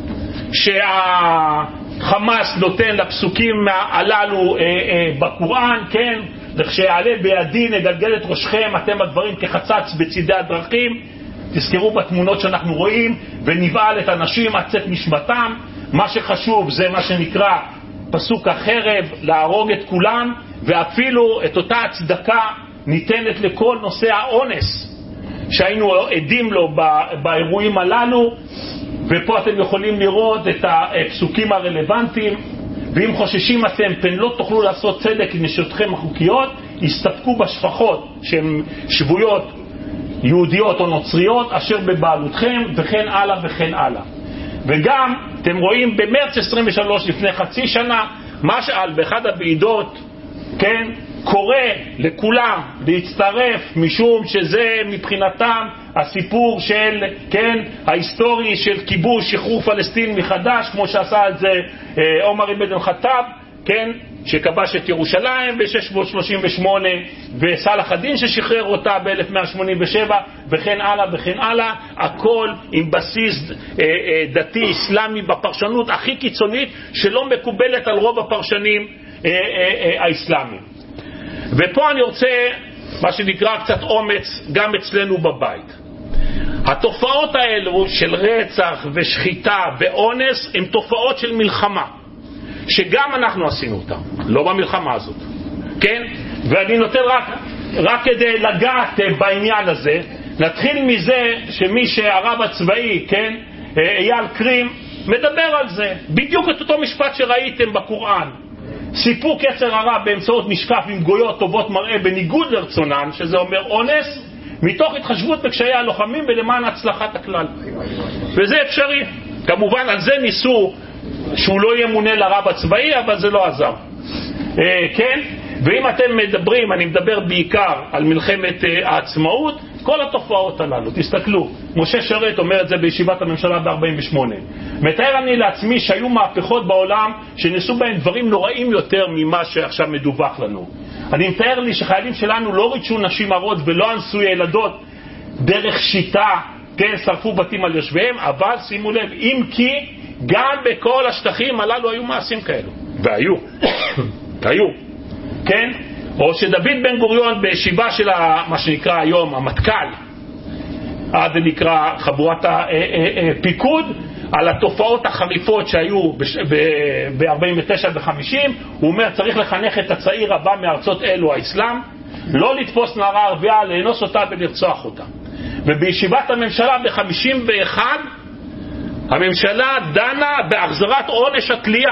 שהחמאס נותן לפסוקים הללו בקוראן, כן, לכשיעלה בידי נגלגל את ראשכם אתם הדברים כחצץ בצידי הדרכים. תזכרו בתמונות שאנחנו רואים, ונבעל את האנשים עד צאת נשמתם. מה שחשוב זה מה שנקרא פסוק החרב, להרוג את כולם, ואפילו את אותה הצדקה ניתנת לכל נושא האונס שהיינו עדים לו באירועים הללו. ופה אתם יכולים לראות את הפסוקים הרלוונטיים. ואם חוששים אתם פן לא תוכלו לעשות צדק עם נשותכם החוקיות, הסתפקו בשפחות שהן שבויות יהודיות או נוצריות אשר בבעלותכם, וכן הלאה וכן הלאה. וגם אתם רואים במרץ עשרים ושלוש לפני חצי שנה, משעל באחד הוועידות, כן, קורא לכולם להצטרף, משום שזה מבחינתם הסיפור של, כן, ההיסטורי של כיבוש שחרור פלסטין מחדש, כמו שעשה את זה אה, עומר אבן אל-חטאב, כן, שכבש את ירושלים ב-שש מאות שלושים ושמונה, וסלאח א-דין ששחרר אותה ב-אלף מאה שמונים ושבע, וכן הלאה וכן הלאה. הכל עם בסיס אה, אה, דתי אסלאמי בפרשנות הכי קיצונית שלא מקובלת על רוב הפרשנים אה, אה, אה, האסלאמיים. ופה אני רוצה מה שנקרא קצת אומץ גם אצלנו בבית. התופעות האלו של רצח ושחיטה ואונס הן תופעות של מלחמה, שגם אנחנו עשינו אותם, לא במלחמה הזאת, כן? ואני נותן רק, רק כדי לגעת בעניין הזה. נתחיל מזה שמי שהרב הצבאי, כן, אייל קרים, מדבר על זה, בדיוק את אותו משפט שראיתם בקוראן. סיפור קצר הרע באמצעות משקף עם גויות טובות מראה בניגוד לרצונן, שזה אומר אונס, מתוך התחשבות בקשיי הלוחמים ולמען הצלחת הכלל. וזה אפשרי. כמובן על זה ניסו שהוא לא ימונה לרב הצבאי, אבל זה לא עזר. אה, כן? ואם אתם מדברים, אני מדבר בעיקר על מלחמת אה, העצמאות, כל התופעות הללו, תסתכלו, משה שרת אומר את זה בישיבת הממשלה ב-ארבעים ושמונה. מתאר אני לעצמי שהיו מהפכות בעולם שנעשו בהם דברים נוראים יותר ממה שעכשיו מדווח לנו. אני מתאר לי שחיילים שלנו לא ריצ'ו נשים הרות ולא אנסו ילדות דרך שיטה, כן, שרפו בתים על יושביהם, אבל שימו לב, אם כי גם בכל השטחים הללו היו מעשים כאלו. והיו. היו. כן? או שדוד בן גוריון בישיבה של מה שנקרא היום המטכ"ל, עד נקרא חבורת הפיקוד, על התופעות החריפות שהיו ב-ארבעים ותשע ו-חמישים, הוא אומר צריך לחנך את הצעיר הבא מארצות אלו האסלאם, לא לתפוס נערה ערבייה, לאנוס אותה ולרצוח אותה. ובישיבת הממשלה ב-חמישים ואחת הממשלה דנה בהחזרת עונש התלייה.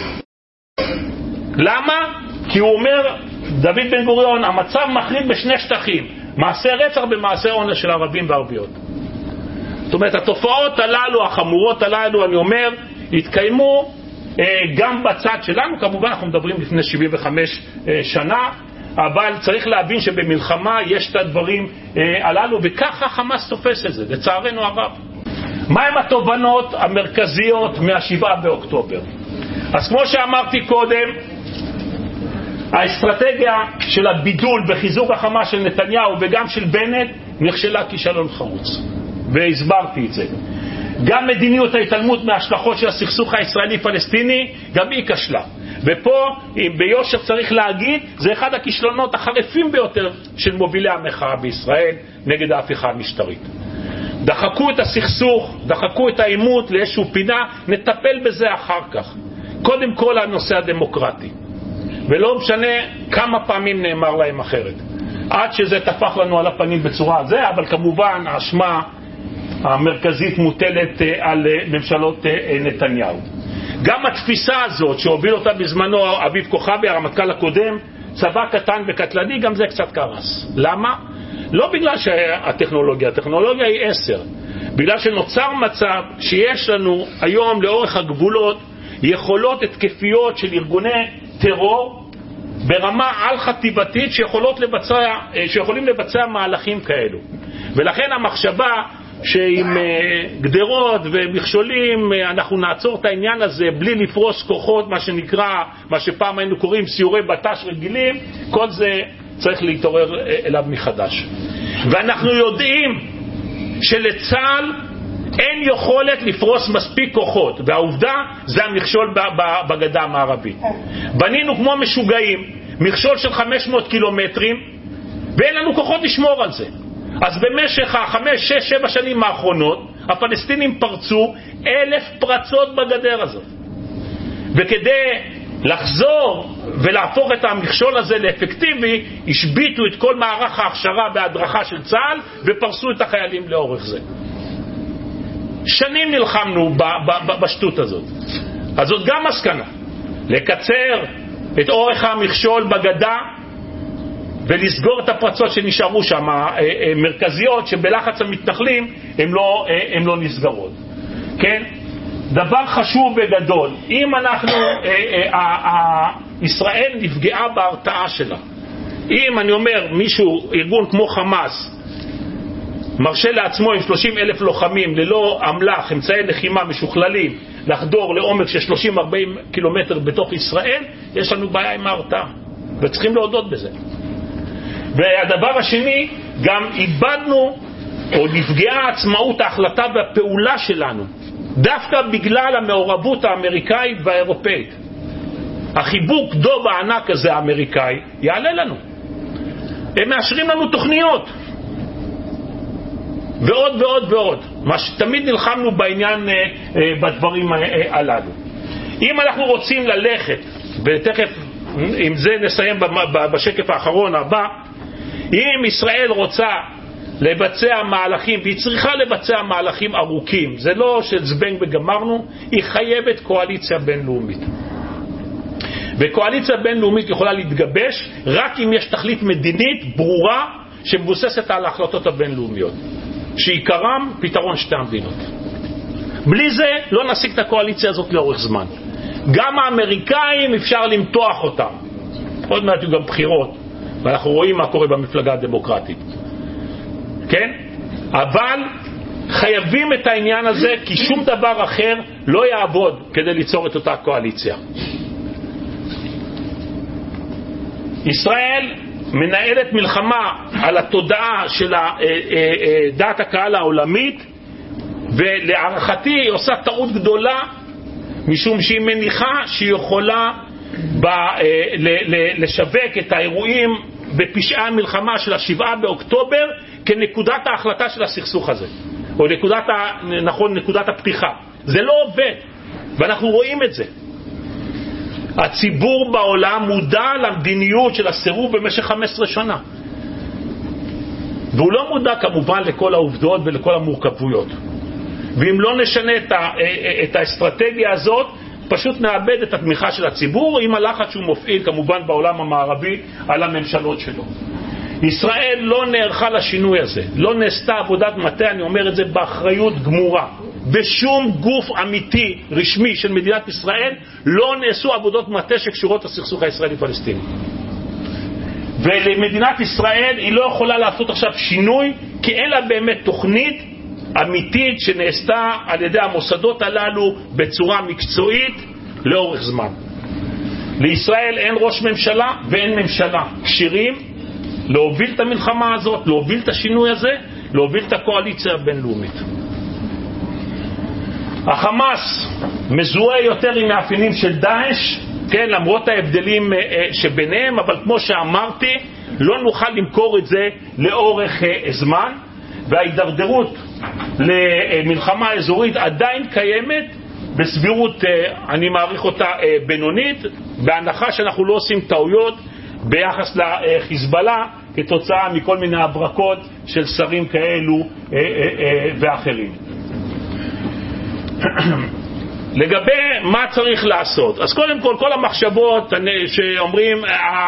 למה? כי הוא אומר, דוד בן גוריון, המצב מחריד בשני שטחים, מעשה רצח במעשה עונש של ערבים וערביות. זאת אומרת, התופעות הללו, החמורות הללו, אני אומר, התקיימו אה, גם בצד שלנו. כמובן אנחנו מדברים לפני שבעים וחמש אה, שנה, אבל צריך להבין שבמלחמה יש את הדברים אה, הללו, וככה חמאס תופס את זה, לצערנו הרב. מהם התובנות המרכזיות מהשבעה באוקטובר? אז כמו שאמרתי קודם, האסטרטגיה של הבידול וחיזוק החמאס של נתניהו וגם של בנט נכשלה כישלון חרוץ, והסברתי את זה. גם מדיניות ההתעלמות מההשלכות של הסכסוך הישראלי-פלסטיני, גם היא כשלה. ופה ביושר צריך להגיד, זה אחד הכישלונות החריפים ביותר של מובילי המחאה בישראל נגד ההפיכה המשטרית. דחקו את הסכסוך, דחקו את העימות לאיזשהו פינה, נטפל בזה אחר כך. קודם כל הנושא הדמוקרטי. ולא משנה כמה פעמים נאמר להם אחרת. עד שזה תפח לנו על הפנים בצורה הזו, אבל כמובן האשמה המרכזית מוטלת על ממשלות נתניהו. גם התפיסה הזאת שהוביל אותה בזמנו אביב כוכבי, הרמטכ"ל הקודם, צבא קטן וקטלני, גם זה קצת קרס. למה? לא בגלל שהטכנולוגיה, הטכנולוגיה היא עשר, בגלל שנוצר מצב שיש לנו היום לאורך הגבולות יכולות התקפיות של ארגוני טרור ברמה על חטיבתית שיכולות לבצע, שיכולים לבצע מהלכים כאלו. ולכן המחשבה שעם גדרות ומכשולים אנחנו נעצור את העניין הזה בלי לפרוס כוחות, מה שנקרא, מה שפעם היינו קוראים סיורי בט"ש רגילים, כל זה צריך להתעורר אליו מחדש. ואנחנו יודעים שלצה"ל אין יכולת לפרוס מספיק כוחות, והעובדה זה המכשול בגדה המערבית. בנינו כמו משוגעים מכשול של חמש מאות קילומטרים ואין לנו כוחות לשמור על זה. אז במשך החמש, שש, שבע שנים האחרונות הפלסטינים פרצו אלף פרצות בגדר הזאת, וכדי לחזור ולהפוך את המכשול הזה לאפקטיבי השביטו את כל מערך ההכשרה וההדרכה של צה"ל ופרסו את החיילים לאורך זה. שנים נלחמנו ב- ב- ב- בשטות הזאת. אז זאת גם מסקנה, לקצר את אורך המכשול בגדה ולסגור את הפרצות שנשארו שם מרכזיות שבלחץ המתנחלים הם לא, הם לא נסגרות. כן? דבר חשוב וגדול, אם אנחנו ישראל נפגעה בהרתעה שלה, אם אני אומר מישהו, ארגון כמו חמאס מרשה לעצמו עם שלושים אלף לוחמים ללא אמל"ח, אמצעי לחימה משוכללים, לחדור לעומק של שלושים ארבעים קילומטר בתוך ישראל, יש לנו בעיה עם ההרתעה וצריכים להודות בזה. והדבר השני, גם איבדנו או נפגעה עצמאות ההחלטה והפעולה שלנו דווקא בגלל המעורבות האמריקאית והאירופאית. החיבוק דוב הענק הזה האמריקאי יעלה לנו, הם מאשרים לנו תוכניות ועוד ועוד ועוד, מה שתמיד נלחמנו בעניין אה, אה, בדברים אה, הללו. אם אנחנו רוצים ללכת, ותכף עם זה נסיים בשקף האחרון הבא, אם ישראל רוצה לבצע מהלכים, והיא צריכה לבצע מהלכים ארוכים, זה לא שזבנג וגמרנו, היא חייבת קואליציה בינלאומית. וקואליציה בינלאומית יכולה להתגבש רק אם יש תכלית מדינית ברורה שמבוססת על ההחלטות הבינלאומיות, שעיקרם פתרון שתי המדינות. בלי זה לא נשיג את הקואליציה הזאת לאורך זמן. גם האמריקאים אפשר למתוח אותם, עוד מעט גם בחירות, ואנחנו רואים מה קורה במפלגה הדמוקרטית, כן? אבל חייבים את העניין הזה, כי שום דבר אחר לא יעבוד כדי ליצור את אותה קואליציה. ישראל מנהלת מלחמה על התודעה של דעת הקהל העולמית, ולהערכתי היא עושה טעות גדולה, משום שהיא מניחה שהיא יכולה ב, ל, ל, לשווק את האירועים בפשעי המלחמה של השבעה באוקטובר כנקודת ההחלטה של הסכסוך הזה, או נקודת, ה, נכון, נקודת הפתיחה. זה לא עובד, ואנחנו רואים את זה. הציבור בעולם מודע למדיניות של הסירוב במשך חמש עשרה שנה, והוא לא מודע כמובן לכל העובדות ולכל המורכבויות. ואם לא נשנה את, ה, את האסטרטגיה הזאת, פשוט נאבד את התמיכה של הציבור עם הלחץ שהוא מופעיל כמובן בעולם המערבי על הממשלות שלו. ישראל לא נערכה לשינוי הזה, לא נעשתה עבודת מטה, אני אומר את זה באחריות גמורה. בשום גוף אמיתי רשמי של מדינת ישראל לא נעשו עבודות מטה שקשורות לסכסוך הישראלי-פלסטיני. ולמדינת ישראל היא לא יכולה לעשות עכשיו שינוי, כי אין לה באמת תוכנית אמיתית שנעשתה על ידי המוסדות הללו בצורה מקצועית לאורך זמן. לישראל אין ראש ממשלה ואין ממשלה כשירים להוביל את המלחמה הזאת, להוביל את השינוי הזה, להוביל את הקואליציה הבינלאומית. החמאס מזוהה יותר עם מאפיינים של דאעש, כן, למרות ההבדלים שביניהם, אבל כמו שאמרתי, לא נוכל למכור את זה לאורך זמן, וההידרדרות למלחמה אזורית עדיין קיימת בסבירות, אני מעריך אותה בינונית, בהנחה שאנחנו לא עושים טעויות ביחס לחיזבאללה כתוצאה מכל מיני הברקות של שרים כאלו ואחרים. לגבי מה צריך לעשות, אז קודם כל כל המחשבות שאומרים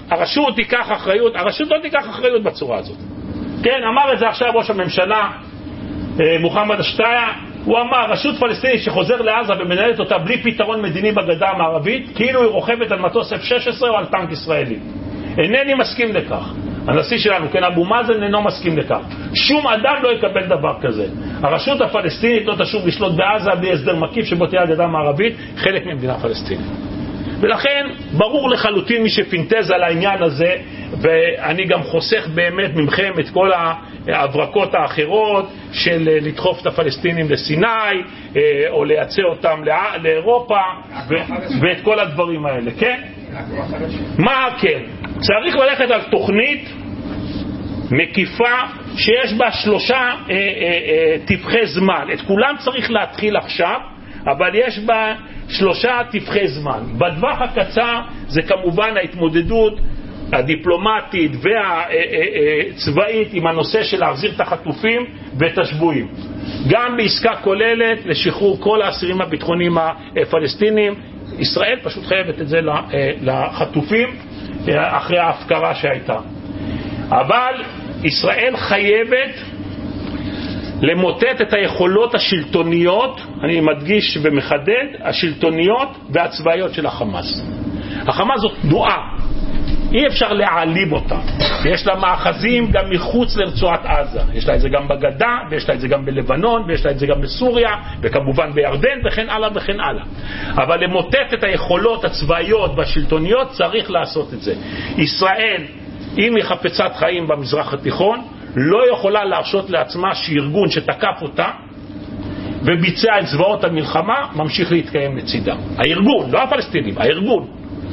הרשות תיקח אחריות, הרשות לא תיקח אחריות בצורה הזאת. כן, אמר את זה עכשיו ראש הממשלה, מוחמד השתיה, הוא אמר, רשות פלסטינית שחוזר לעזה ומנהלת אותה בלי פתרון מדיני בגדה המערבית, כאילו היא רוכבת על מטוס אף שש עשרה או על טנק ישראלי. אינני מסכים לכך. הנשיא שלנו, כן, אבו מאזן, אינו מסכים לכך. שום אדם לא יקבל דבר כזה. הרשות הפלסטינית לא תשוב לשלוט בעזה בלי הסדר מקיף שבו תהיה הגדה המערבית חלק ממדינה פלסטינית. ולכן ברור לחלוטין מי שפינטז על העניין הזה, ואני גם חוסך באמת ממכם את כל ההברקות האחרות של לדחוף את הפלסטינים לסיני או לייצא אותם לאירופה ואת כל הדברים האלה, כן? מה כן? צריך ללכת על תוכנית מקיפה שיש בה שלושה אה, אה, אה, טווחי זמן. את כולם צריך להתחיל עכשיו, אבל יש בה שלושה טווחי זמן. בטווח הקצר זה כמובן ההתמודדות הדיפלומטית והצבאית עם הנושא של להחזיר את החטופים ואת השבויים. גם בעסקה כוללת לשחרור כל האסירים הביטחוניים הפלסטינים. ישראל פשוט חייבת את זה לחטופים אחרי ההפקרה שהייתה. אבל ישראל חייבת למוטט את היכולות השלטוניות, אני מדגיש ומחדד, השלטוניות והצבאיות של החמאס. החמאס זאת תנועה, אי אפשר להעליב אותה. יש לה מאחזים גם מחוץ לרצועת עזה. יש לה את זה גם בגדה, ויש לה את זה גם בלבנון, ויש לה את זה גם בסוריה, וכמובן בירדן, וכן הלאה וכן הלאה. אבל למוטט את היכולות הצבאיות והשלטוניות צריך לעשות את זה. ישראל, אם היא חפצת חיים במזרח התיכון, לא יכולה להרשות לעצמה שארגון שתקף אותה וביצע את זוועות המלחמה ממשיך להתקיים לצידה. הארגון, לא הפלסטינים, הארגון.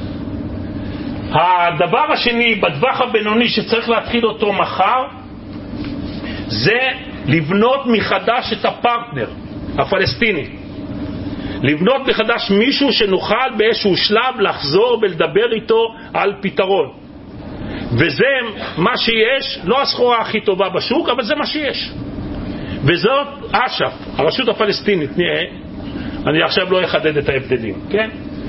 הדבר השני בטווח הבינוני שצריך להתחיל אותו מחר זה לבנות מחדש את הפרטנר הפלסטיני, לבנות מחדש מישהו שנוכל באיזשהו שלב לחזור ולדבר איתו על פתרון. וזה מה שיש, לא הסחורה הכי טובה בשוק, אבל זה מה שיש. וזאת אש"ף, הרשות הפלסטינית. אני עכשיו לא אחדד את ההבדלים, כן?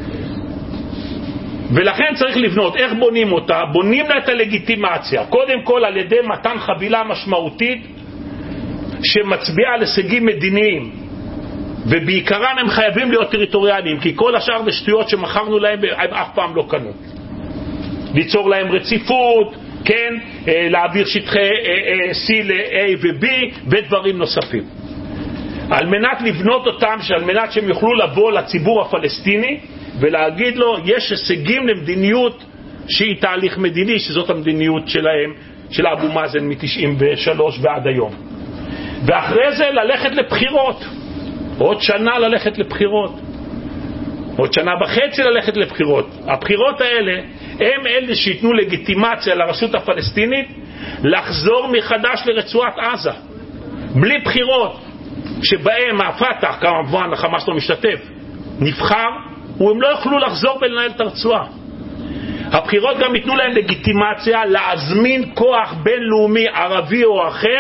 ולכן צריך לבנות. איך בונים אותה? בונים לה את הלגיטימציה. קודם כל על ידי מתן חבילה משמעותית שמצביעה על הישגים מדיניים, ובעיקרן הם חייבים להיות טריטוריאליים, כי כל השאר ושטויות שמכרנו להם הם אף פעם לא קנו. ליצור להם רציפות, כן, להעביר שטחי C ל-A ו-B ודברים נוספים. על מנת לבנות אותם, שעל מנת שהם יוכלו לבוא לציבור הפלסטיני ולהגיד לו, יש הישגים למדיניות שהיא תהליך מדיני, שזאת המדיניות שלהם, של אבו מאזן מ-תשעים ושלוש ועד היום. ואחרי זה ללכת לבחירות. עוד שנה ללכת לבחירות. עוד שנה וחצי ללכת לבחירות. הבחירות האלה הם אלה שיתנו לגיטימציה לרשות הפלסטינית לחזור מחדש לרצועת עזה. בלי בחירות שבהם הפתח, כמובן החמאס לא משתתף, נבחר, והם לא יוכלו לחזור ולנהל את הרצועה. הבחירות גם ייתנו להם לגיטימציה להזמין כוח בינלאומי ערבי או אחר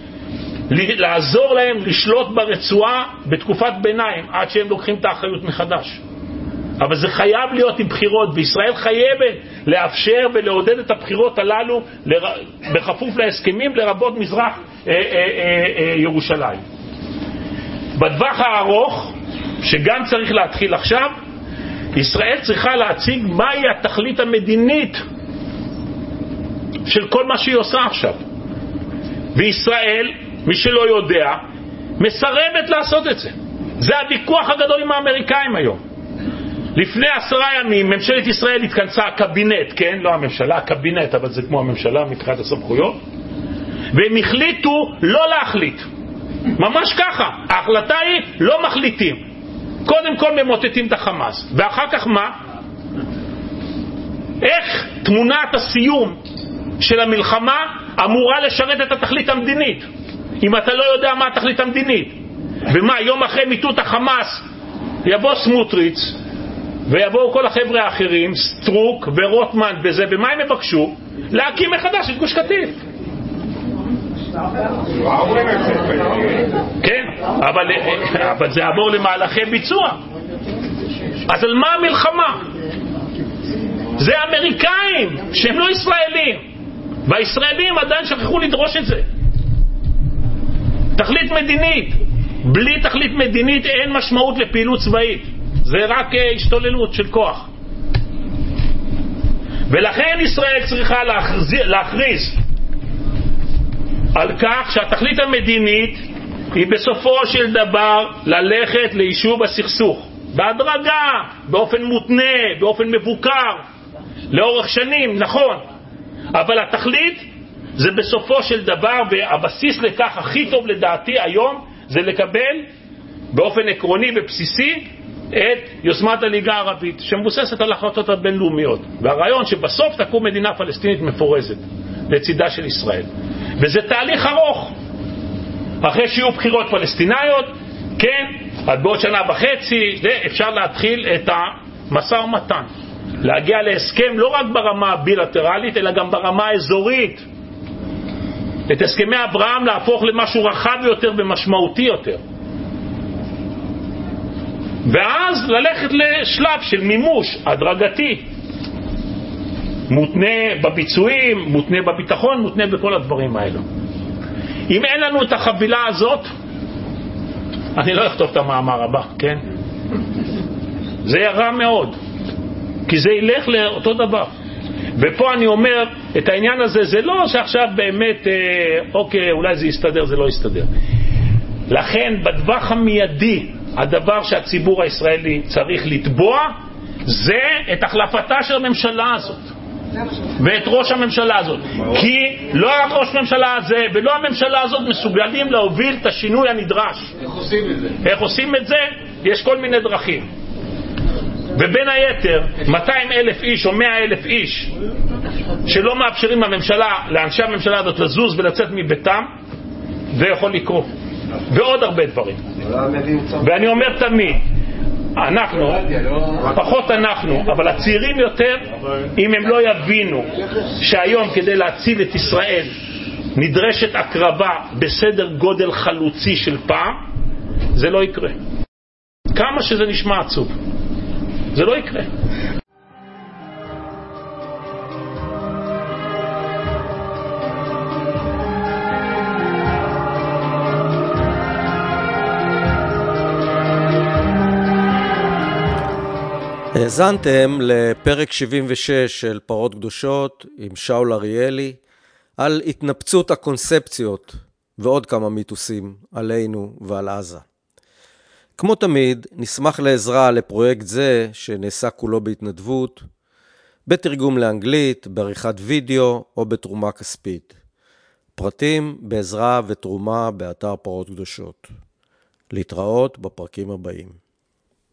לעזור להם לשלוט ברצועה בתקופת ביניים עד שהם לוקחים את האחריות מחדש. אבל זה חייב להיות עם בחירות, וישראל חייבת לאפשר ולעודד את הבחירות הללו בכפוף להסכמים לרבות מזרח אה, אה, אה, ירושלים. בטווח הארוך, שגם צריך להתחיל עכשיו, ישראל צריכה להציג מהי התכלית המדינית של כל מה שהיא עושה עכשיו. וישראל, מי שלא יודע, מסרבת לעשות את זה. זה הוויכוח הגדול עם האמריקאים היום. לפני עשרה ימים ממשלת ישראל התכנסה, הקבינט, כן? לא הממשלה, הקבינט, אבל זה כמו הממשלה מבחינת הסמכויות, והם החליטו לא להחליט. ממש ככה. ההחלטה היא לא מחליטים. קודם כל ממוטטים את החמאס. ואחר כך מה? איך תמונת הסיום של המלחמה אמורה לשרת את התכלית המדינית? אם אתה לא יודע מה התכלית המדינית. ומה, יום אחרי מיטוט החמאס יבוא סמוטריץ ויבואו כל החבר'ה האחרים, סטרוק ורוטמן וזה, ומה הם מבקשו? להקים מחדש את גוש קטיף. כן, אבל, אבל זה עבור למהלכי ביצוע. אז על מה המלחמה? זה אמריקאים שהם לא ישראלים, והישראלים עדיין שכחו לדרוש את זה. תכלית מדינית. בלי תכלית מדינית אין משמעות לפעילות צבאית, זה רק השתוללות של כוח. ולכן ישראל צריכה להכריז, להכריז על כך שהתכלית המדינית היא בסופו של דבר ללכת ליישוב הסכסוך בהדרגה, באופן מותנה, באופן מבוקר, לאורך שנים, נכון, אבל התכלית זה בסופו של דבר, והבסיס לכך הכי טוב לדעתי היום זה לקבל באופן עקרוני ובסיסי את יוזמת הליגה הערבית שמבוססת על החלטות הבינלאומיות, והרעיון שבסוף תקום מדינה פלסטינית מפורזת לצידה של ישראל. וזה תהליך ארוך, אחרי שיהיו בחירות פלסטיניות, כן, עד בעוד שנה וחצי אפשר להתחיל את המשא ומתן, להגיע להסכם לא רק ברמה הבילטרלית אלא גם ברמה האזורית, את הסכמי אברהם להפוך למשהו רחב יותר ומשמעותי יותר, ואז ללכת לשלב של מימוש הדרגתי, מותנה בביצועים, מותנה בביטחון, מותנה בכל הדברים האלו. אם אין לנו את החבילה הזאת, אני לא אכתוב את המאמר הבא, כן? זה יהיה רע מאוד, כי זה ילך לאותו דבר. ופה אני אומר, את העניין הזה, זה לא שעכשיו באמת, אה, אוקיי, אולי זה יסתדר, זה לא יסתדר. לכן, בדווח המיידי, הדבר שהציבור הישראלי צריך לתבוע, זה את החלפתה של הממשלה הזאת. ואת ראש הממשלה הזאת. כי לא רק ראש הממשלה הזה, ולא הממשלה הזאת מסוגלים להוביל את השינוי הנדרש. איך עושים את זה? איך עושים את זה? יש כל מיני דרכים. ובין היתר, מאתיים אלף איש או מאה אלף איש שלא מאפשרים לממשלה, לאנשי הממשלה הזאת לזוז ולצאת מביתם, זה יכול לקרות. ועוד הרבה דברים. ואני אומר תמיד, אנחנו, פחות אנחנו, אבל הצעירים יותר, אם הם לא יבינו שהיום כדי להציל את ישראל נדרשת הקרבה בסדר גודל חלוצי של פעם, זה לא יקרה. כמה שזה נשמע עצוב, זה לא יקרה. האזנתם לפרק שבעים ושש של פרות קדושות עם שאול אריאלי על התנפצות הקונספציות ועוד כמה מיתוסים עלינו ועל עזה. כמו תמיד, נשמח לעזרה לפרויקט זה שנעשה כולו בהתנדבות, בתרגום לאנגלית, בעריכת וידאו או בתרומה כספית. פרטים בעזרה ותרומה באתר פרות קדושות. להתראות בפרקים הבאים.